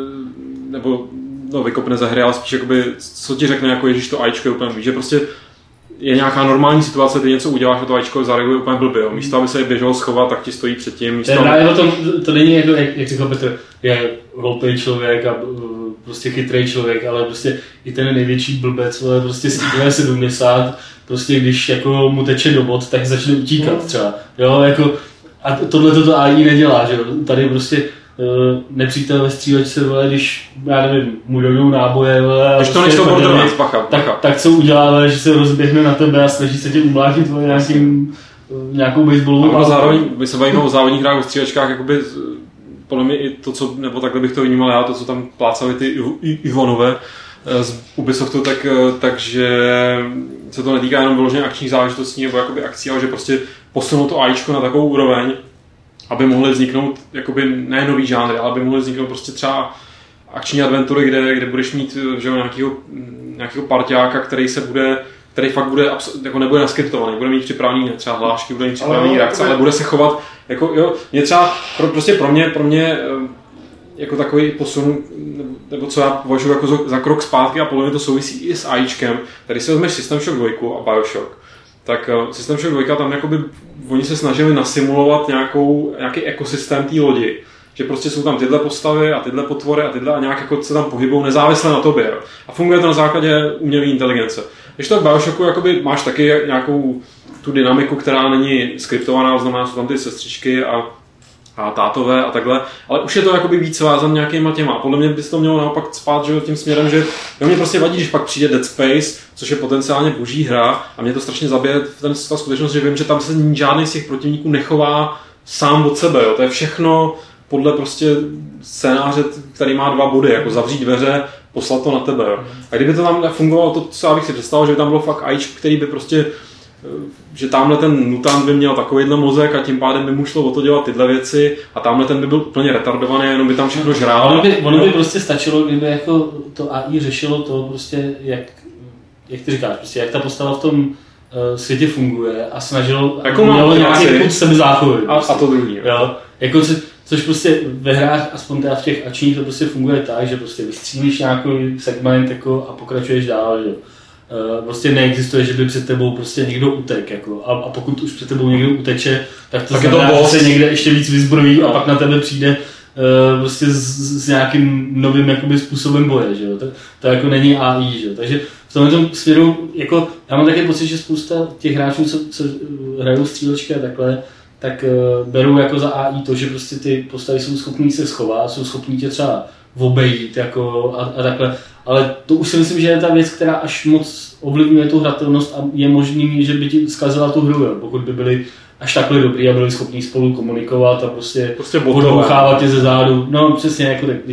nebo vykopne za hry, ale spíš jakoby, co ti řekne, jako ježiš, to AIčko je úplně víš, že prostě je nějaká normální situace, ty něco uděláš a to AIčko zareaguje úplně blbě. Jo. Místo, aby se je běželo schovat, tak ti stojí před tím. To není jako, jak říkal Petr, je hloupý člověk a prostě chytrý člověk, ale prostě i ten největší blbec, ale prostě z 70, prostě když jako mu teče do bod, tak začne utíkat třeba. Jo, jako, a tohle to AI nedělá, že jo. Tady prostě nepřítel ve střílečce, vole, když, já nevím, mu dojdou náboje, vole, když to nešlo Borderlands, tak co udělá, vole, že se rozběhne na tebe a snaží se tě umlátit, vole, nějakou baseballovou. Ale zároveň, my se bavíme o závodních hrách ve střílečkách, jakoby, podle mě i to, co, nebo takhle bych to vnímal já, to, co tam plácali ty Ivonové z Ubisoftu, takže se to netýká jenom vyloženě akčních záležitostí nebo jakoby akcí, ale že prostě posunou to AIčko na takovou úroveň, aby mohly vzniknout jakoby ne nový žánry, ale aby mohly vzniknout prostě třeba akční adventury, kde budeš mít že, nějakého parťáka, který fakt bude jako nebude naskriptovaný, bude mít připravený třeba hlášky, bude mít připravený reakce, ale bude se chovat jako jo, mě třeba prostě pro mě jako takový posun, nebo co já považuji jako za krok zpátky a podle mě to souvisí i s AIčkem. Tady si vezmeš System Shock 2 a BioShock, tak System Shock 2 tam jakoby, oni se snažili nasimulovat nějaký ekosystém té lodi. Že prostě jsou tam tyhle postavy a tyhle potvory a tyhle a nějak jako se tam pohybou nezávisle na tobě. Jo. A funguje to na základě umělé inteligence. Když to v Bioshocku jakoby máš taky nějakou tu dynamiku, která není skriptovaná, znamená, jsou tam ty sestřičky a tátové a takhle, ale už je to jakoby víc svázan nějakýma těma. Podle mě bys to mělo naopak spát, že tím směrem, že mě prostě vadí, když pak přijde Dead Space, což je potenciálně boží hra a mě to strašně zabije ta skutečnost, že vím, že tam se žádný z těch protivníků nechová sám od sebe. Jo. To je všechno podle prostě scénáře, který má 2 body, jako zavřít dveře, poslat to na tebe. Jo. A kdyby to tam fungovalo, to co já bych si představil, že by tam bylo fakt AIčko, který by prostě, že tamhle ten mutant by měl takovýhle mozek a tím pádem by mu šlo o to dělat tyhle věci a tamhle ten by byl úplně retardovaný, jenom by tam všechno žrál. Ono by prostě stačilo, kdyby jako to AI řešilo to prostě, jak ty říkáš, prostě jak ta postava v tom světě funguje a snažilo, jako mělo nějaký put sebezáchovy. A to druhý. Jo. Jako což prostě ve hrách, aspoň teda v těch akčních, to prostě funguje tak, že prostě vystřílíš nějaký segment jako, a pokračuješ dál. Že? Prostě neexistuje, že by před tebou prostě někdo utek. Jako, a pokud už před tebou někdo uteče, tak to znamená, že se někde ještě víc vyzbrojí a pak na tebe přijde prostě s nějakým novým jakoby, způsobem boje. Že? To jako není AI. Že? Takže v tomhle směru, jako, já mám také pocit, že spousta těch hráčů, co hrajou střílečky a takhle, tak berou jako za AI to, že prostě ty postavy jsou schopný se schovat, jsou schopný tě třeba obejít jako a takhle. Ale to už si myslím, že je ta věc, která až moc ovlivňuje tu hratelnost a je možný, že by ti zkazila tu hru, jo. Pokud by byli až takhle dobrý a byli schopní spolu komunikovat a prostě odbouchávat tě ze zádu. No přesně, jako tak,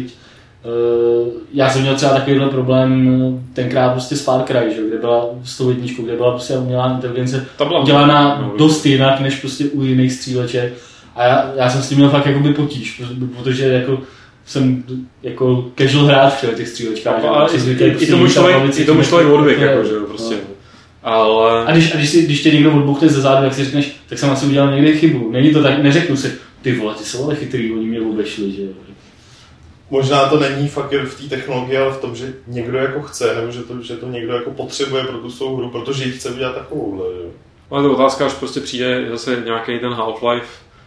já jsem měl třeba takovýhle problém tenkrát prostě s Far Cry, že? Kde byla s tou jedničkou, kde byla prostě umělá inteligence udělaná dost jinak, než prostě u jiných stříleček. A já jsem s tím měl fakt jakoby potíž, protože jako jsem jako casual hráč v těch střílečkách. I tomu člověk odvyk, jako, že jo, prostě. No. Ale... A když tě někdo odbouchne ze zádu, jak si řekneš, tak jsem asi udělal někde chybu. Není to tak, neřeknu si, ty vole, ty jsou ale chytrý, oni mě obešli, že jo. Možná to není fakt v té technologii, ale v tom, že někdo jako chce, nebo že to někdo jako potřebuje pro tu svou hru, protože ji chce udělat takovouhle, jo. Ale to otázka, až prostě přijde zase nějaký ten Half-Life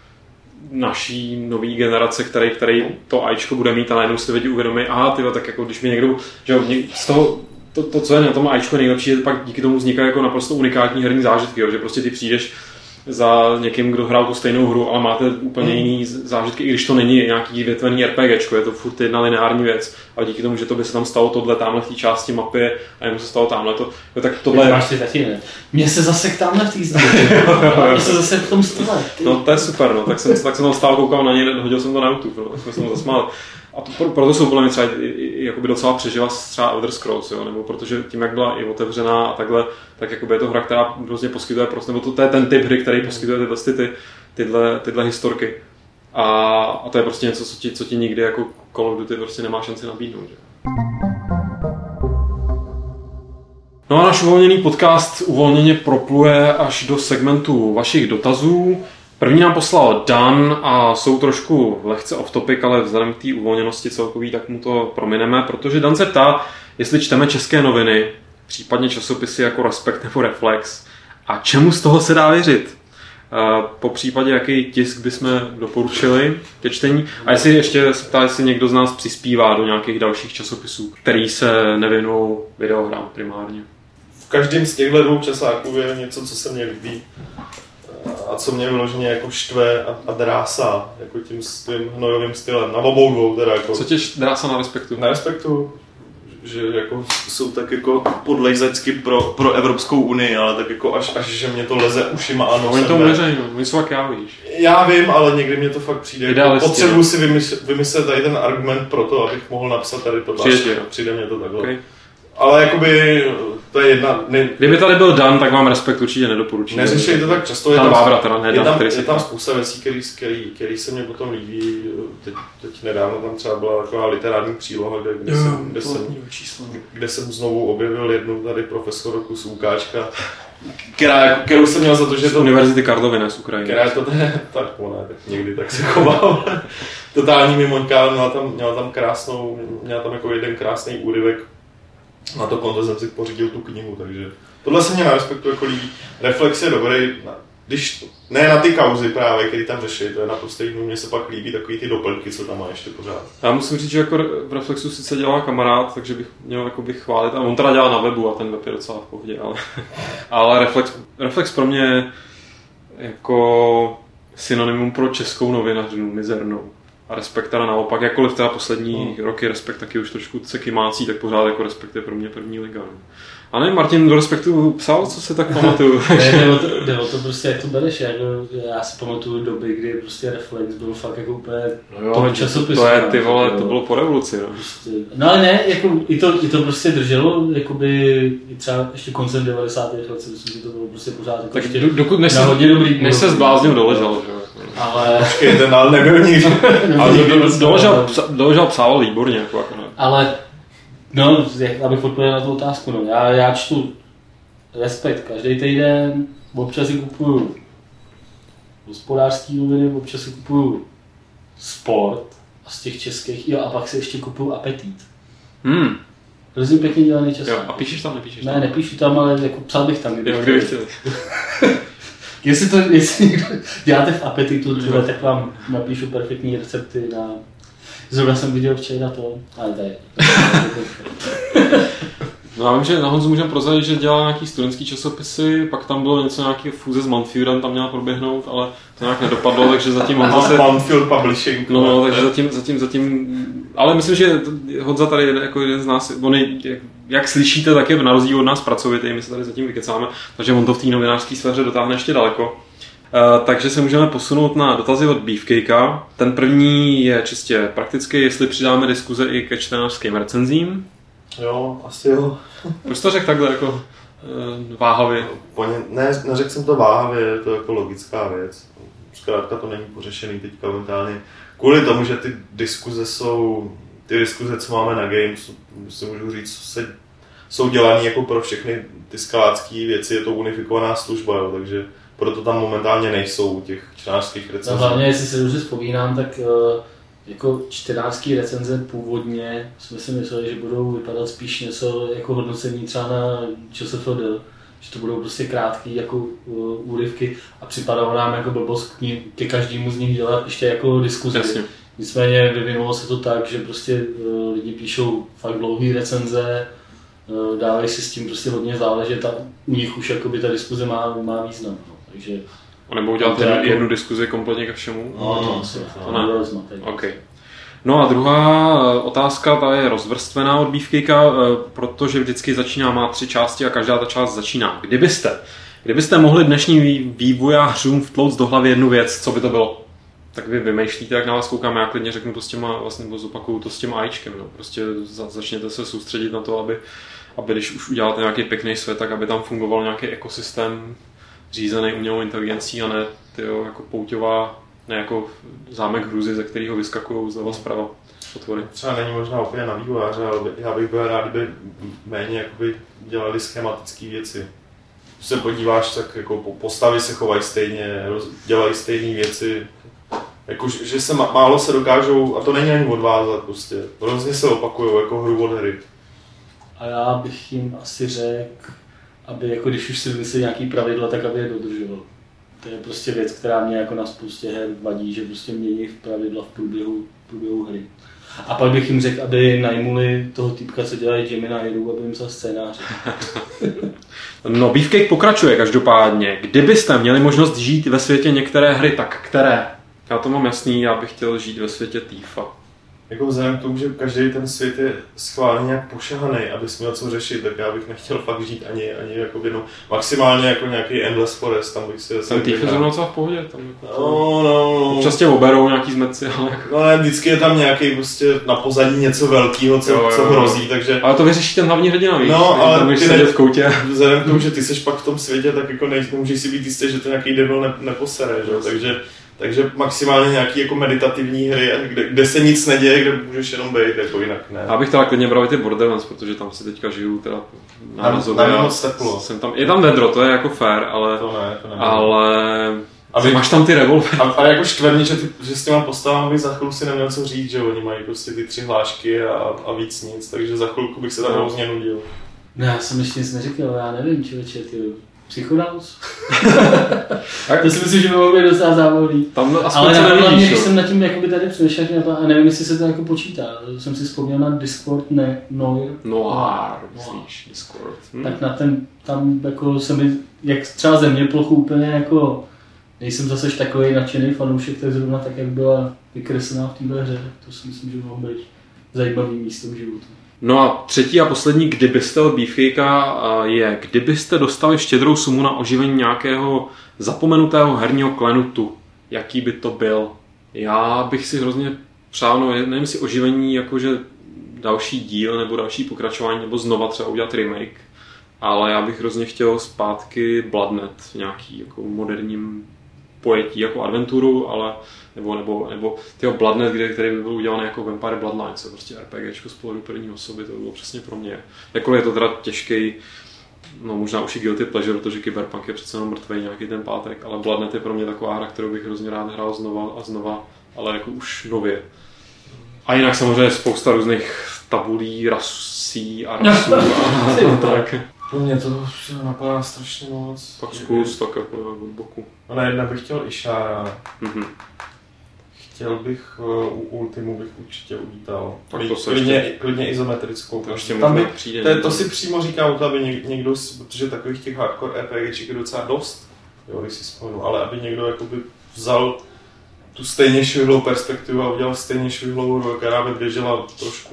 naší nový generace, který to AIčko bude mít a najednou si lidi uvědomí, aha, tyhle, tak jako když mi někdo, že z toho, to, co je na tom AIčko nejlepší, je pak díky tomu vznikají jako naprosto unikátní herní zážitky, jo, že prostě ty přijdeš za někým, kdo hrál tu stejnou hru, ale máte úplně jiný zážitky, i když to není nějaký větvený RPGčko, je to furt jedna lineární věc, ale díky tomu, že to by se tam stalo tohle tamhle v té části mapy a jemu se stalo tamhle to, tak tohle... Máš ty taky, ne? Mně se zase tamhle v té zdi, mně se zase v tom stole. No to je super, no, tak jsem tam stál, koukal na něj, hodil jsem to na YouTube, no, tak jsme se mu zasmáli. A proto jsou podle mě třeba jakoby docela přežila třeba Elder Scrolls, jo, nebo protože tím, jak byla i otevřená a takhle, tak jakoby je to hra, která hrozně poskytuje prostě, nebo to je ten typ hry, který poskytuje tyhle historky. A to je prostě něco, co ti nikdy jako Call of Duty prostě nemá šanci nabídnout. Že? No a náš uvolněný podcast uvolněně propluje až do segmentu vašich dotazů. První nám poslal Dan a jsou trošku lehce off topic, ale vzhledem k té uvolněnosti celkový, tak mu to promineme, protože Dan se ptá, jestli čteme české noviny, případně časopisy jako Respekt nebo Reflex a čemu z toho se dá věřit. Po případě, jaký tisk bychom doporučili ke čtení a jestli ještě se ptá, jestli někdo z nás přispívá do nějakých dalších časopisů, který se nevěnují videohrám primárně. V každém z těchto 2 časáků je něco, co se mně líbí a co mě vyloženě jako štve a drásá, jako tím svým hnojovým stylem, na obou 2 teda jako. Co tě drásá na Respektu? Na Respektu, že jako jsou tak jako podlejzačky pro Evropskou unii, ale tak jako až že mě to leze ušima a nosem. Oni to uvěřejí, no, oni jsou jak já, víš. Já vím, ale někdy mě to fakt přijde, jako potřebuji si vymyslet tady ten argument pro to, abych mohl napsat tady to přijde mě to takhle. Okay. Ale jakoby to je jedna... Kdyby tady byl Dan, tak vám Respekt určitě nedoporučím. Neřešili to tak často, je tam spousta věcí, které se mě potom líbí. Teď nedávno tam třeba byla taková literární příloha, kde jsem znovu objevil jednu tady profesorku z Lukáčka, kterou jsem měl za to, že to... Univerzity Karlovy, ne z Ukrajiny. Která je to tak ona, tak někdy tak se choval. Totální mimoňka, ale měla tam jako jeden krásný úryvek. Na to konto jsem si pořídil tu knihu, takže Tohle se mě na Respektu jako líbí. Reflex je dobrý, když ne na ty kauzy právě, který tam řeší, to je naprosto jiný, mně se pak líbí takový ty doplňky, co tam má ještě pořád. Já musím říct, že jako v Reflexu sice dělá kamarád, takže bych měl jakoby chválit, a on teda dělá na webu a ten web je docela v pohodě, ale Reflex pro mě je jako synonymum pro českou novinařinu mizernou. A Respekt teda naopak, jakkoliv teda poslední roky Respekt taky už trošku se kymácí, tak pořád jako Respekt je pro mě první liga. A ne, Martin do Respektu psal, co se tak pamatuju. Jde o to prostě, jak to bereš. Já si pamatuju doby, kdy prostě Reflex byl fakt jako úplně top časopis. To je, ty vole, to bylo po revoluci. No, prostě, no ale ne, jako, i to prostě drželo, jakoby třeba ještě koncem 90. let, myslím, že to bylo prostě pořád jako tak dokud než se zbláznil Doležal, že jo. Ale... Počkej, ten ale nebyl nikdy. Ale Doležal psával výborně, jako ne. Ale, no, abych odpověděl na tu otázku, no, já čtu Respekt každý týden, občas si kupuju hospodářský noviny, občas si kupuju Sport a z těch českých, jo, a pak si ještě kupuju Apetit. Hrozně pěkně dělaný časopis. Jo, a píšeš tam, nepíšeš tam? Ne, nepíšu tam, ale jako psal bych tam. Kdyby chtěli. Jestli někdo děláte v Apetitu, tak vám napíšu perfektní recepty na... Zrovna jsem viděl včera to, ale tady. No já vím, že na Honzu můžeme prozradit, že dělá nějaký studentský časopisy, pak tam bylo něco nějaký fúze s Manfieldem, tam měla proběhnout, ale to nějak nedopadlo, takže zatím Honza se... Manfield Publishing. No, takže zatím... Ale myslím, že Honza tady je jako jeden z nás, on je, jak slyšíte, tak je na rozdíl od nás pracovitý, my se tady zatím vykecáme, takže on to v té novinářské sféře dotáhne ještě daleko. Takže se můžeme posunout na dotazy od Beefcakea. Ten první je čistě praktický, jestli přidáme diskuze i ke čtenářským recenzím. Jo, asi jo. Proč to řekl takhle jako váhavě? Ne, neřekl jsem to váhavě, je to jako logická věc. Zkrátka to není pořešený teďka momentálně. Kvůli tomu, že ty diskuze, co máme na Games, si můžu říct, jsou dělané jako pro všechny ty skalácké věci, je to unifikovaná služba, jo, takže proto tam momentálně nejsou těch čtenářských recenzí. No hlavně, jestli se dobře vzpomínám, tak jako čtenářský recenze původně jsme si mysleli, že budou vypadat spíš něco jako hodnocení třeba na ČSFD, že to budou prostě krátké jako úryvky a připadalo nám jako blbost ke každému z nich dělat ještě jako diskuzi. Jasně. Nicméně vyvinulo se to tak, že prostě lidi píšou fakt dlouhé recenze, dávají si s tím prostě hodně záležet a u nich už jakoby ta diskuze má význam. No. Takže nebo udělat jednu diskuzi kompletně ke všemu? No, to nebylo zmatek. Okay. No a druhá otázka, ta je rozvrstvená od Beefcakea, protože vždycky má 3 části a každá ta část začíná. Kdybyste mohli dnešní vývojářům vtlouct do hlavy jednu věc, co by to bylo? Tak vy vymýšlíte, jak na vás koukám, já klidně řeknu to s těma, vlastně zopakuju to s tím AIčkem. No. Prostě začněte se soustředit na to, aby když už uděláte nějaký pěkný svět, tak aby tam fungoval nějaký ekosystém řízený umělou inteligencí a ne tyjo, jako pouťová, ne jako zámek hrůzy, ze kterého vyskakují zleva zprava otvory. Třeba není možná úplně na vývojáře, ale já bych byl rád, kdyby méně jakoby dělali schematické věci. Když se podíváš, tak jako postavy se chovají stejně, dělají stejné věci. Jako, že se málo se dokážou, a to není ani odvázat prostě. Hrozně se opakujou jako hru od hry. A já bych jim asi řekl, aby jako když už si vymyslí nějaký pravidla, tak aby je dodržoval. To je prostě věc, která mě jako na spoustě her vadí, že prostě mění pravidla v průběhu hry. A pak bych jim řekl, aby najmuli toho týpka, co dělají Gemini, aby jim psal scénáře. No, Beefcake pokračuje každopádně. Kdybyste měli možnost žít ve světě některé hry, tak které? Já to mám jasný, já bych chtěl žít ve světě Tifa. Jako vzhledem k tomu, že každý ten svět je schválně nějak pošahaný, abys měl co řešit, tak já bych nechtěl fakt žít ani jako maximálně jako nějaký Endless Forest, tam bych si... Ten Thief je zrovna docela v pohodě, tam jako no. Občas tě oberou nějaký zmetci, ale... No ne, vždycky je tam nějaký prostě na pozadí něco velkého, co hrozí, takže... Ale to vyřeší ten hlavní hrdina, víš? No, ale tam ty sedět v koutě. Vzhledem k tomu, že ty seš pak v tom světě, tak jako nemůžeš si být jistý, že to nějaký debil neposere, že? Takže maximálně nějaký jako meditativní hry, kde se nic neděje, kde můžeš jenom být, jako jinak ne. Já bych teda klidně bral ty Borderlands, protože tam si teďka žiju teda nárazově. Tam je moc teplo. Je tam vedro, to je jako fair, ale... To ne. Ale... máš tam ty revolvery. A jako štverně, že s těma postavami bych za chvilku si neměl co říct, že oni mají prostě ty 3 hlášky a víc nic, takže za chvilku bych se tam hrozně nudil. No já jsem ještě nic neříkal, já nevím, člověče, Psychonauts? To si myslím, že by mohlo být docela zábavný. Ale hlavně, když jsem nad tím jakoby tady přemýšlel, a nevím, jestli se to jako počítá. Jsem si vzpomněl na Discord, Noir, myslíš, Discord. Tak na ten, tam jako se mi, jak třeba Zeměplochu úplně jako, nejsem zase takový nadšený fanoušek, tak zrovna tak, jak byla vykreslená v téhle hře, to si myslím, že mohlo být zajímavý místo v životu. No a třetí a poslední kdybyste od Beefcakea je, kdybyste dostali štědrou sumu na oživení nějakého zapomenutého herního klenutu, jaký by to byl? Já bych si hrozně přál, nevím jestli oživení jakože další díl nebo další pokračování nebo znova třeba udělat remake, ale já bych hrozně chtěl zpátky Bloodnet v nějaký jako moderním pojetí jako adventuru, ale nebo tyho Bloodnet, který by byl udělaný jako Vampire Bloodlines, prostě RPGčko z pohledu první osoby, to bylo přesně pro mě. Jakkoliv je to teda těžký, no možná už i guilty pleasure, protože Cyberpunk je přece jenom mrtvej nějaký ten pátek, ale Bloodnet je pro mě taková hra, kterou bych hrozně rád hrál znova a znova, ale jako už nově. A jinak samozřejmě spousta různých tabulí, rasí a rasů a tak. Pro mě to napadá strašně moc. Tak zkus tak jako od boku. A na jedna bych chtěl Ishara. Chtěl bych, u Ultimu bych určitě uvítal. Klidně izometrickou. To ještě možná přijde. To si přímo říkám, aby někdo, protože takových těch hardcore RPGček je docela dost, jo, když si vzpomenu, ale aby někdo jakoby vzal tu stejně švihlou perspektivu a udělal stejně švihlou hru, která by běžela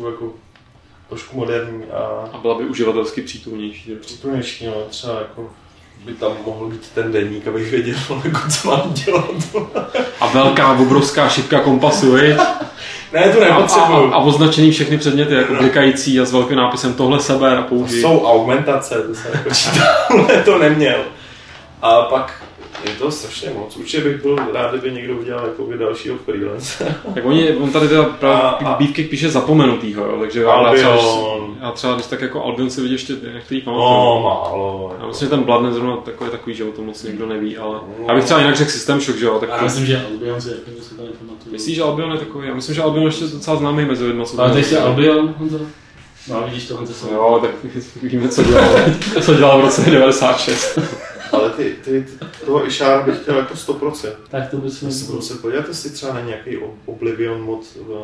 trošku moderní a byla by uživatelsky přítomnější. Přítomnější, no, třeba jako by tam mohl být ten deník, abych věděl, co mám dělat. A velká, obrovská šipka kompasu, viď? Ne, to nepotřebuju. A označený všechny předměty, jako blikající a s velkým nápisem tohle seber a použij. To jsou augmentace, to se nepočítá, ale to neměl. A pak je to strašně moc. Určitě bych byl rád, kdyby někdo udělal jako dalšího freelance. Tak on tady teda Beefcake píše zapomenutýho, jo, takže já třeba když tak jako Albion si vidí ještě některý pamatuju. No, málo. Já myslím, že ten Bloodnet zrovna takový, že o tom moc někdo neví, ale já bych třeba jinak řekl System Shock, že jo. Já myslím, že Albion si jako se to nepamatuju. Myslíš, že Albion je takový? Já myslím, že Albion ještě docela známý mezi lidma. Ale teď je Albion, Honzo? No, vidíš to, Honzo. Jo, tak víme, co dělal v roce 96. Ale toho Ishara bych chtěl jako 100%. Tak to by se nebylo. Podívejte si třeba na nějaký Oblivion mod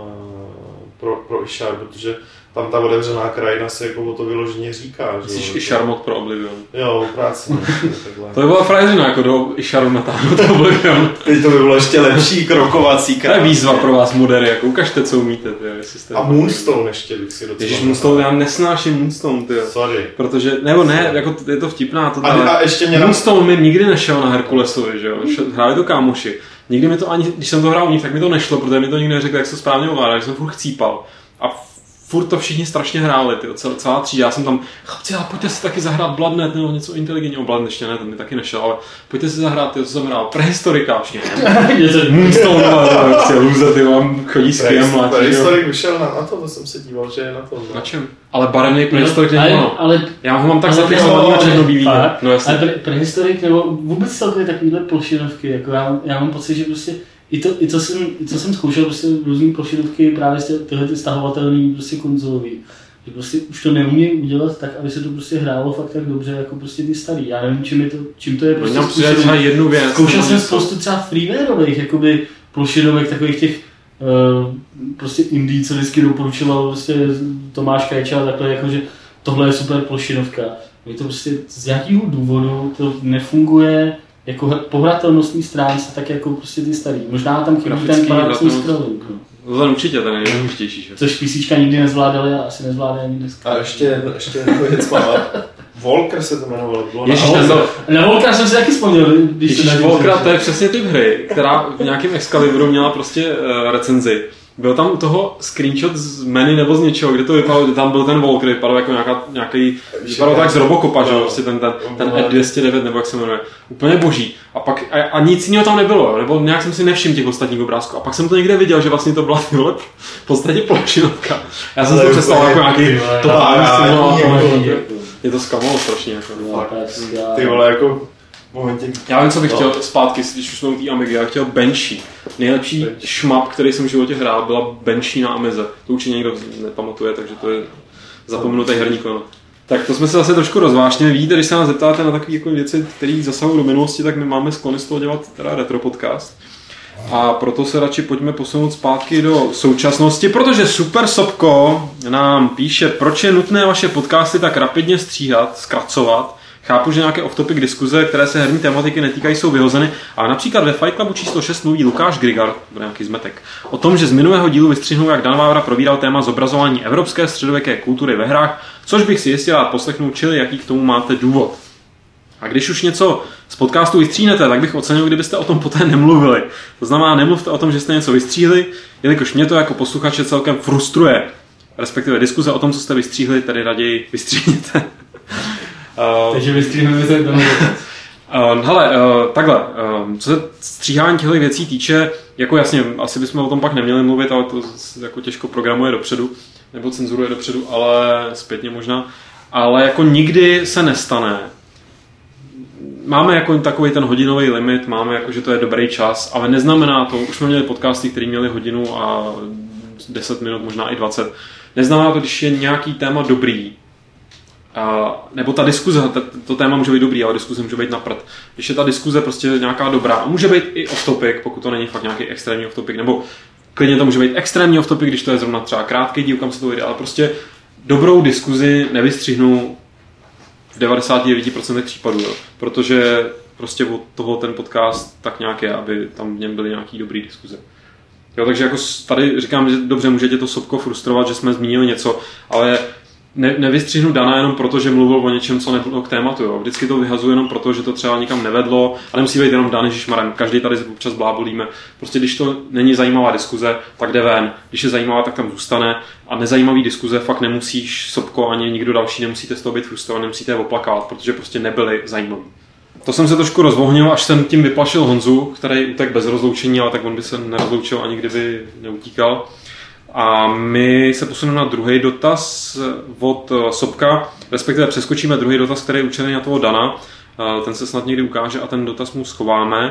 pro Ishar, protože tam ta otevřená krajina se jako o to vyloženě říká. Myslíš Ishar mod pro Oblivion? Jo, práci. To by byla frajeřina, jako do Isharu natáhnout Oblivion. Teď to by bylo ještě lepší krokovací krajina. To je výzva pro vás modery, jako ukažte, co umíte. A Moonstone ještě bych si docela. Ježiš, Moonstone, já nesnáším Moonstone, ty. Sorry. Protože, nebo ne, jako je to vtipná, to a ještě mě Moonstone mi nikdy nešel na Herkulesovi, že jo, hráli to kámoši. Nikdy mi to ani, když jsem to hrál u nich, tak mi to nešlo, protože mi to nikdy neřekl, jak se to správně ovládá, že jsem furt chcípal. A furt to všichni strašně hráli, celá třída. Já jsem tam, chlapci, ale pojďte si taky zahrát Bloodnet nebo něco inteligentního. Bloodnet ještě ne, ten mi taky nešel, ale pojďte si zahrát, co jsem hrál, Prehistorika, všichni. Moonstone, lůze, ty vám chodí s kým mladí. Prehistorik vyšel na to jsem se díval, že je na to. Na čem? Ale barevný Prehistorik není ono. Já ho mám tak zafixovaný na černobílý. No jasně. Ale Prehistorik nebo vůbec celkově takovýhle plošinovky, jako já mám pocit, že prostě I co jsem zkoušel, prostě různý plošinovky právě tyhle ty stahovatelný prostě konzolový. Že prostě už to neumí udělat tak, aby se to prostě hrálo fakt tak dobře, jako prostě ty starý. Já nevím, čím to je prostě způsobem. Jednu věc. Zkoušel jsem spoustu třeba freewareových, jakoby plošinovek, takových těch prostě indie, co vždycky doporučoval prostě Tomáš Kajča, takhle jakože tohle je super plošinovka. Je to prostě z nějakého důvodu to nefunguje jako pohratelnostní stránce, tak jako prostě ty starý. Možná tam chybí ten paradoxní scrolling. No. To určitě ten nejdůležitější. Že? Což PCčka nikdy nezvládali a asi nezvládají ani dneska. A ještě jednu věc mám. Volker se to jmenovalo. Na Volkera jsem si taky vzpomněl. Volker, to je přesně typ hry, která v nějakém Excaliburu měla prostě recenzi. Byl tam toho screenshot z menu nebo z něčeho, kde to vypadalo, kde tam byl ten Volker, vypadal jako nějaký, vypadalo tak z Robocopa, že prostě ten Ed209 nebo jak se jmenuje, úplně boží. A pak a nic jiného tam nebylo, nebo nějak jsem si nevšiml těch ostatních obrázků. A pak jsem to někde viděl, že vlastně to byla v podstatě plošinovka. Já jsem si to představil jako nějaký totální simulátor. Je to zklamalo strašně jako. Ty vole, jako momentě. Já vím, co bych chtěl zpátky, když už jsme u té Amigy, já chtěl Banshee. Nejlepší šmap, který jsem v životě hrál, byla Banshee na Amize. To určitě někdo nepamatuje, takže to je zapomenutý herní klon. Tak to jsme se zase trošku rozvášnili. Vidíte, když se nás zeptáte na takové jako věci, které zasahují do minulosti, tak my máme sklony z toho dělat teda retro podcast. A proto se radši pojďme posunout zpátky do současnosti, protože Super Sobko nám píše, proč je nutné vaše podcasty tak rapidně stříhat, zkracovat. Chápu, že nějaké off-topic diskuze, které se herní tematiky netýkají, jsou vyhozeny, ale například ve Fight Clubu číslo 6 mluví Lukáš Grigar, bude nějaký zmetek, o tom, že z minulého dílu vystřihnou, jak Dan Vávra probíral téma zobrazování evropské středověké kultury ve hrách, což bych si jistě rád poslechnul, čili jaký k tomu máte důvod. A když už něco z podcastu vystříhnete, tak bych ocenil, kdybyste o tom poté nemluvili. To znamená, nemluvte o tom, že jste něco vystříhli, jelikož mě to jako posluchače celkem frustruje. Respektive diskuze o tom, co jste vystříhli, tedy raději vystříhněte. Takže vystříhneme se to. Hele, takhle, co se stříhání těchto věcí týče, jako jasně, asi bychom o tom pak neměli mluvit, ale to jako těžko programuje dopředu, nebo cenzuruje dopředu, ale zpětně možná. Ale jako nikdy se nestane. Máme jako takový ten hodinový limit, máme jako, že to je dobrý čas, ale neznamená to, už jsme měli podcasty, které měli hodinu a 10 minut, možná i 20. Neznamená to, když je nějaký téma dobrý, nebo ta diskuze, to téma může být dobrý, ale diskuze může být na prd. Když je ta diskuze prostě nějaká dobrá, a může být i off-topic, pokud to není fakt nějaký extrémní off-topic, nebo klidně to může být extrémní off-topic, když to je zrovna třeba krátký díl, kam se to vyjde, ale prostě dobrou diskuzi nevystřihnu v 99% případů, jo. Protože prostě od toho ten podcast tak nějak je, aby tam v něm byly nějaký dobrý diskuze. Jo, takže jako tady říkám, že dobře, může tě to Sobko frustrovat, že jsme zmínili něco, ale nevystřihnu Dana jenom proto, že mluvil o něčem, co nebylo k tématu. Jo. Vždycky to vyhazuju jenom proto, že to třeba nikam nevedlo, ale nemusí být jenom Dan, ježišmarem, každý tady občas blábolíme. Prostě když to není zajímavá diskuze, tak jde ven. Když je zajímavá, tak tam zůstane. A nezajímavý diskuze fakt nemusíš, Sobko ani nikdo další, nemusíte z toho být frustrovat, nemusíte je oplakát, protože prostě nebyly zajímavý. To jsem se trošku rozvohnil, až jsem tím vyplašil Honzu, který utek bez rozloučení, ale tak on by se nerozloučil ani kdyby neutíkal. A my se posuneme na druhý dotaz od Sobka, respektive přeskočíme druhý dotaz, který je určený na toho Dana. Ten se snad někdy ukáže a ten dotaz mu schováme.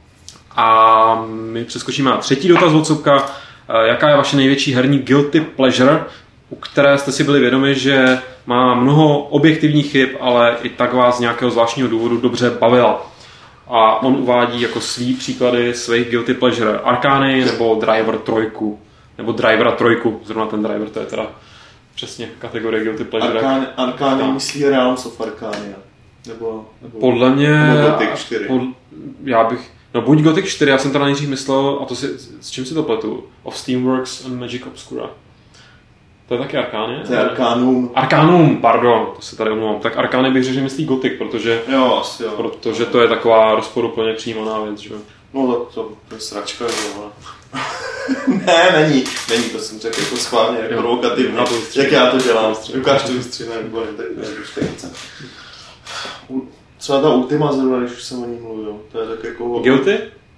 A my přeskočíme na třetí dotaz od Sobka. Jaká je vaše největší herní guilty pleasure, u které jste si byli vědomi, že má mnoho objektivních chyb, ale i tak vás z nějakého zvláštního důvodu dobře bavila. A on uvádí jako svý příklady svých guilty pleasure. Arkány nebo Driver 3. Nebo Drivera 3. Zrovna ten Driver, to je teda přesně kategorie guilty pleasure. Arkány myslí Realms of Arcania. Nebo podle mě... Nebo Gothic 4. Já bych... No buď Gothic 4, já jsem teda nejdřív myslel, a to s čím si to pletu? Of Steamworks and Magic Obscura. To je taky Arkány? To je Arcanum. Arcanum, pardon, to se tady omlouvám. Tak Arkány bych řekl, že myslí Gothic, protože... Jo, asi jo. Protože to je taková rozporuplně přijímaná věc, že jo? No tak to je sračka, jo. Ne, není, to jsem řekl jako schválně, jako provokativně, jak já to dělám. Ukáž to vystřihne, tak počkejte. Třeba ta Ultima zrovna, když už jsem o ní mluvil, to je tak jako... Guilty?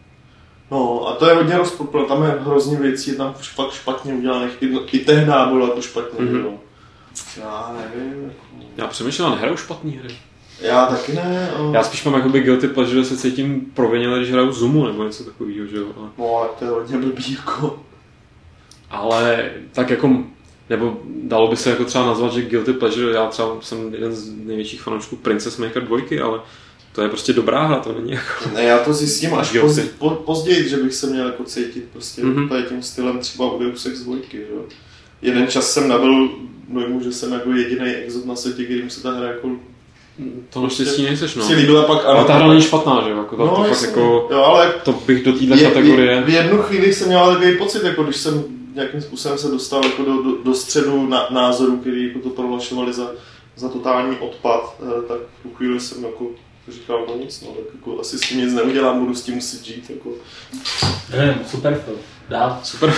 No a to je hodně rozporuplné, tam je hrozně věcí, je tam fakt špatně udělaných, i tehdy bylo to špatně, jo. Já nevím. Já přemýšlel, nehraju špatný hry. Já taky ne. Já spíš mám jakoby guilty pleasure, že se cítím provinile, když hraju Zumu nebo něco takového, že jo. No ale to je hodně blbý jako. Ale tak jako, nebo dalo by se jako třeba nazvat, že guilty pleasure, já třeba jsem jeden z největších fanoušků Princess Maker 2, ale to je prostě dobrá hra, to není jako... Ne, já to zjistím až později, že bych se měl jako cítit prostě tady tím stylem třeba u Deus Ex 2, že jo. Jeden čas jsem nabyl dojmu, že jsem jako jediný exot na světě, kterým se ta hra jako... To naštěstí nejseš, no. Líbila pak, ale ta hra není špatná, že jo? Jako to, no, to fakt jako... Jo, ale to bych do této kategorie... V jednu chvíli jsem měl takový pocit, jako když jsem nějakým způsobem se dostal jako do středu názorů, který jako to prohlašovali za totální odpad, tak v chvíli jsem jako říkal, no nic, no, tak jako asi s tím nic neudělám, budu s tím muset žít, jako... Super film. Dál. Super.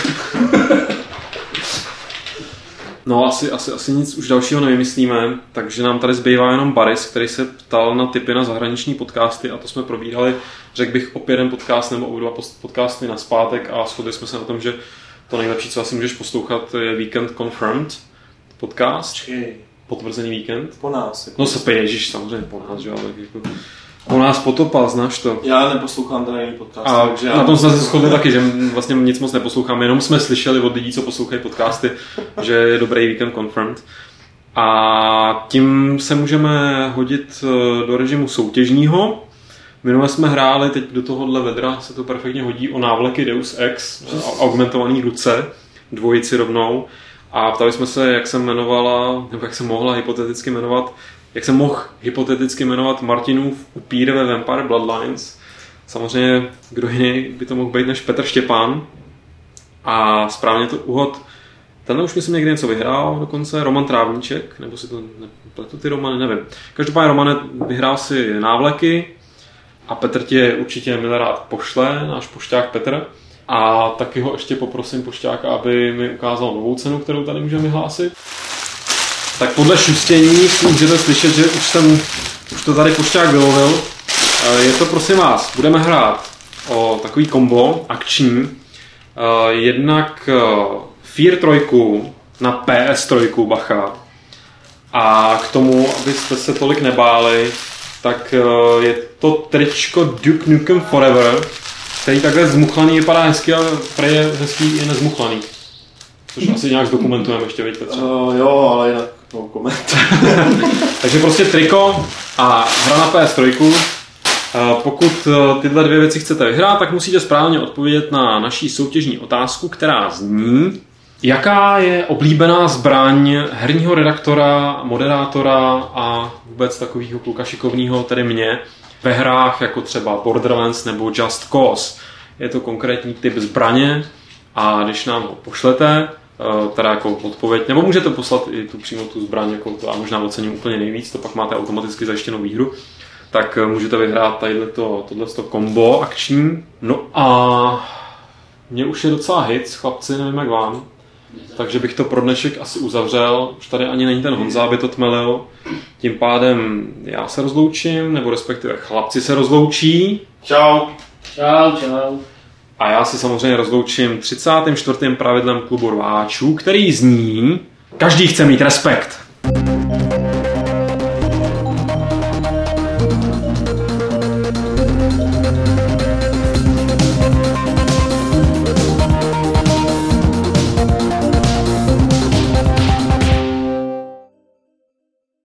No asi nic už dalšího nevymyslíme, takže nám tady zbývá jenom Baris, který se ptal na tipy na zahraniční podcasty a to jsme probírali, řekl bych, opět jeden podcast nebo oba dva podcasty nazpátek a shodli jsme se na tom, že to nejlepší, co asi můžeš poslouchat, je Weekend Confirmed podcast. Potvrzený víkend. Po nás. Jako. No se ježiš, samozřejmě po nás, že ale jako... Po nás potopa, znáš to. Já neposlouchám ten jiný podcast. A takže na tom jsme se shodli taky, že vlastně nic moc neposloucháme, jenom jsme slyšeli od lidí, co poslouchají podcasty, že je dobrý Weekend Confirmed. A tím se můžeme hodit do režimu soutěžního. Minule jsme hráli, teď do tohohle vedra se to perfektně hodí, o návleky Deus Ex, augmentovaný ruce, dvojici rovnou. A ptali jsme se, jak se jmenovala, nebo jak se mohla hypoteticky jmenovat, jak se mohl hypoteticky jmenovat Martinův upír ve Vampire Bloodlines. Samozřejmě, kdo jiný by to mohl být než Petr Štěpán. A správně to uhod. Tenhle už myslím někdy něco vyhrál dokonce, Roman Trávníček, nebo si to nepletu ty Romany, nevím. Každopádně Romane vyhrál si návleky a Petr tě určitě milé rád pošle, náš pošťák Petr. A taky ho ještě poprosím pošťáka, aby mi ukázal novou cenu, kterou tady můžeme vyhlásit. Tak podle šustění můžete slyšet, že už to tady pošťák vylovil. Je to prosím vás, budeme hrát o takový kombo akční. Jednak Fear 3 na PS3, bacha. A k tomu, abyste se tolik nebáli, tak je to tričko Duke Nukem Forever, který takhle zmuchlaný vypadá hezky, ale prej je hezký i nezmuchlaný. Což asi nějak zdokumentujeme ještě, víš, Petře? Jo, ale jinak no koment. Takže prostě triko a hra na PS3. Pokud tyhle dvě věci chcete vyhrát, tak musíte správně odpovědět na naší soutěžní otázku, která zní: jaká je oblíbená zbraň herního redaktora, moderátora a vůbec takového kluka šikovného, tedy mě, ve hrách jako třeba Borderlands nebo Just Cause. Je to konkrétní typ zbraně a když nám ho pošlete, teda jako odpověď, nebo můžete poslat i přímo tu zbraň, jako to a možná ocením úplně nejvíc, to pak máte automaticky zajištěnou výhru, tak můžete vyhrát tohleto kombo akční. No a mě už je docela hit, chlapci, nevím jak vám. Takže bych to pro dnešek asi uzavřel. Už tady ani není ten Honza, aby to tmelil. Tím pádem já se rozloučím, nebo respektive chlapci se rozloučí. Čau. Čau. A já se samozřejmě rozloučím 34. pravidlem klubu rváčů, který zní: každý chce mít respekt.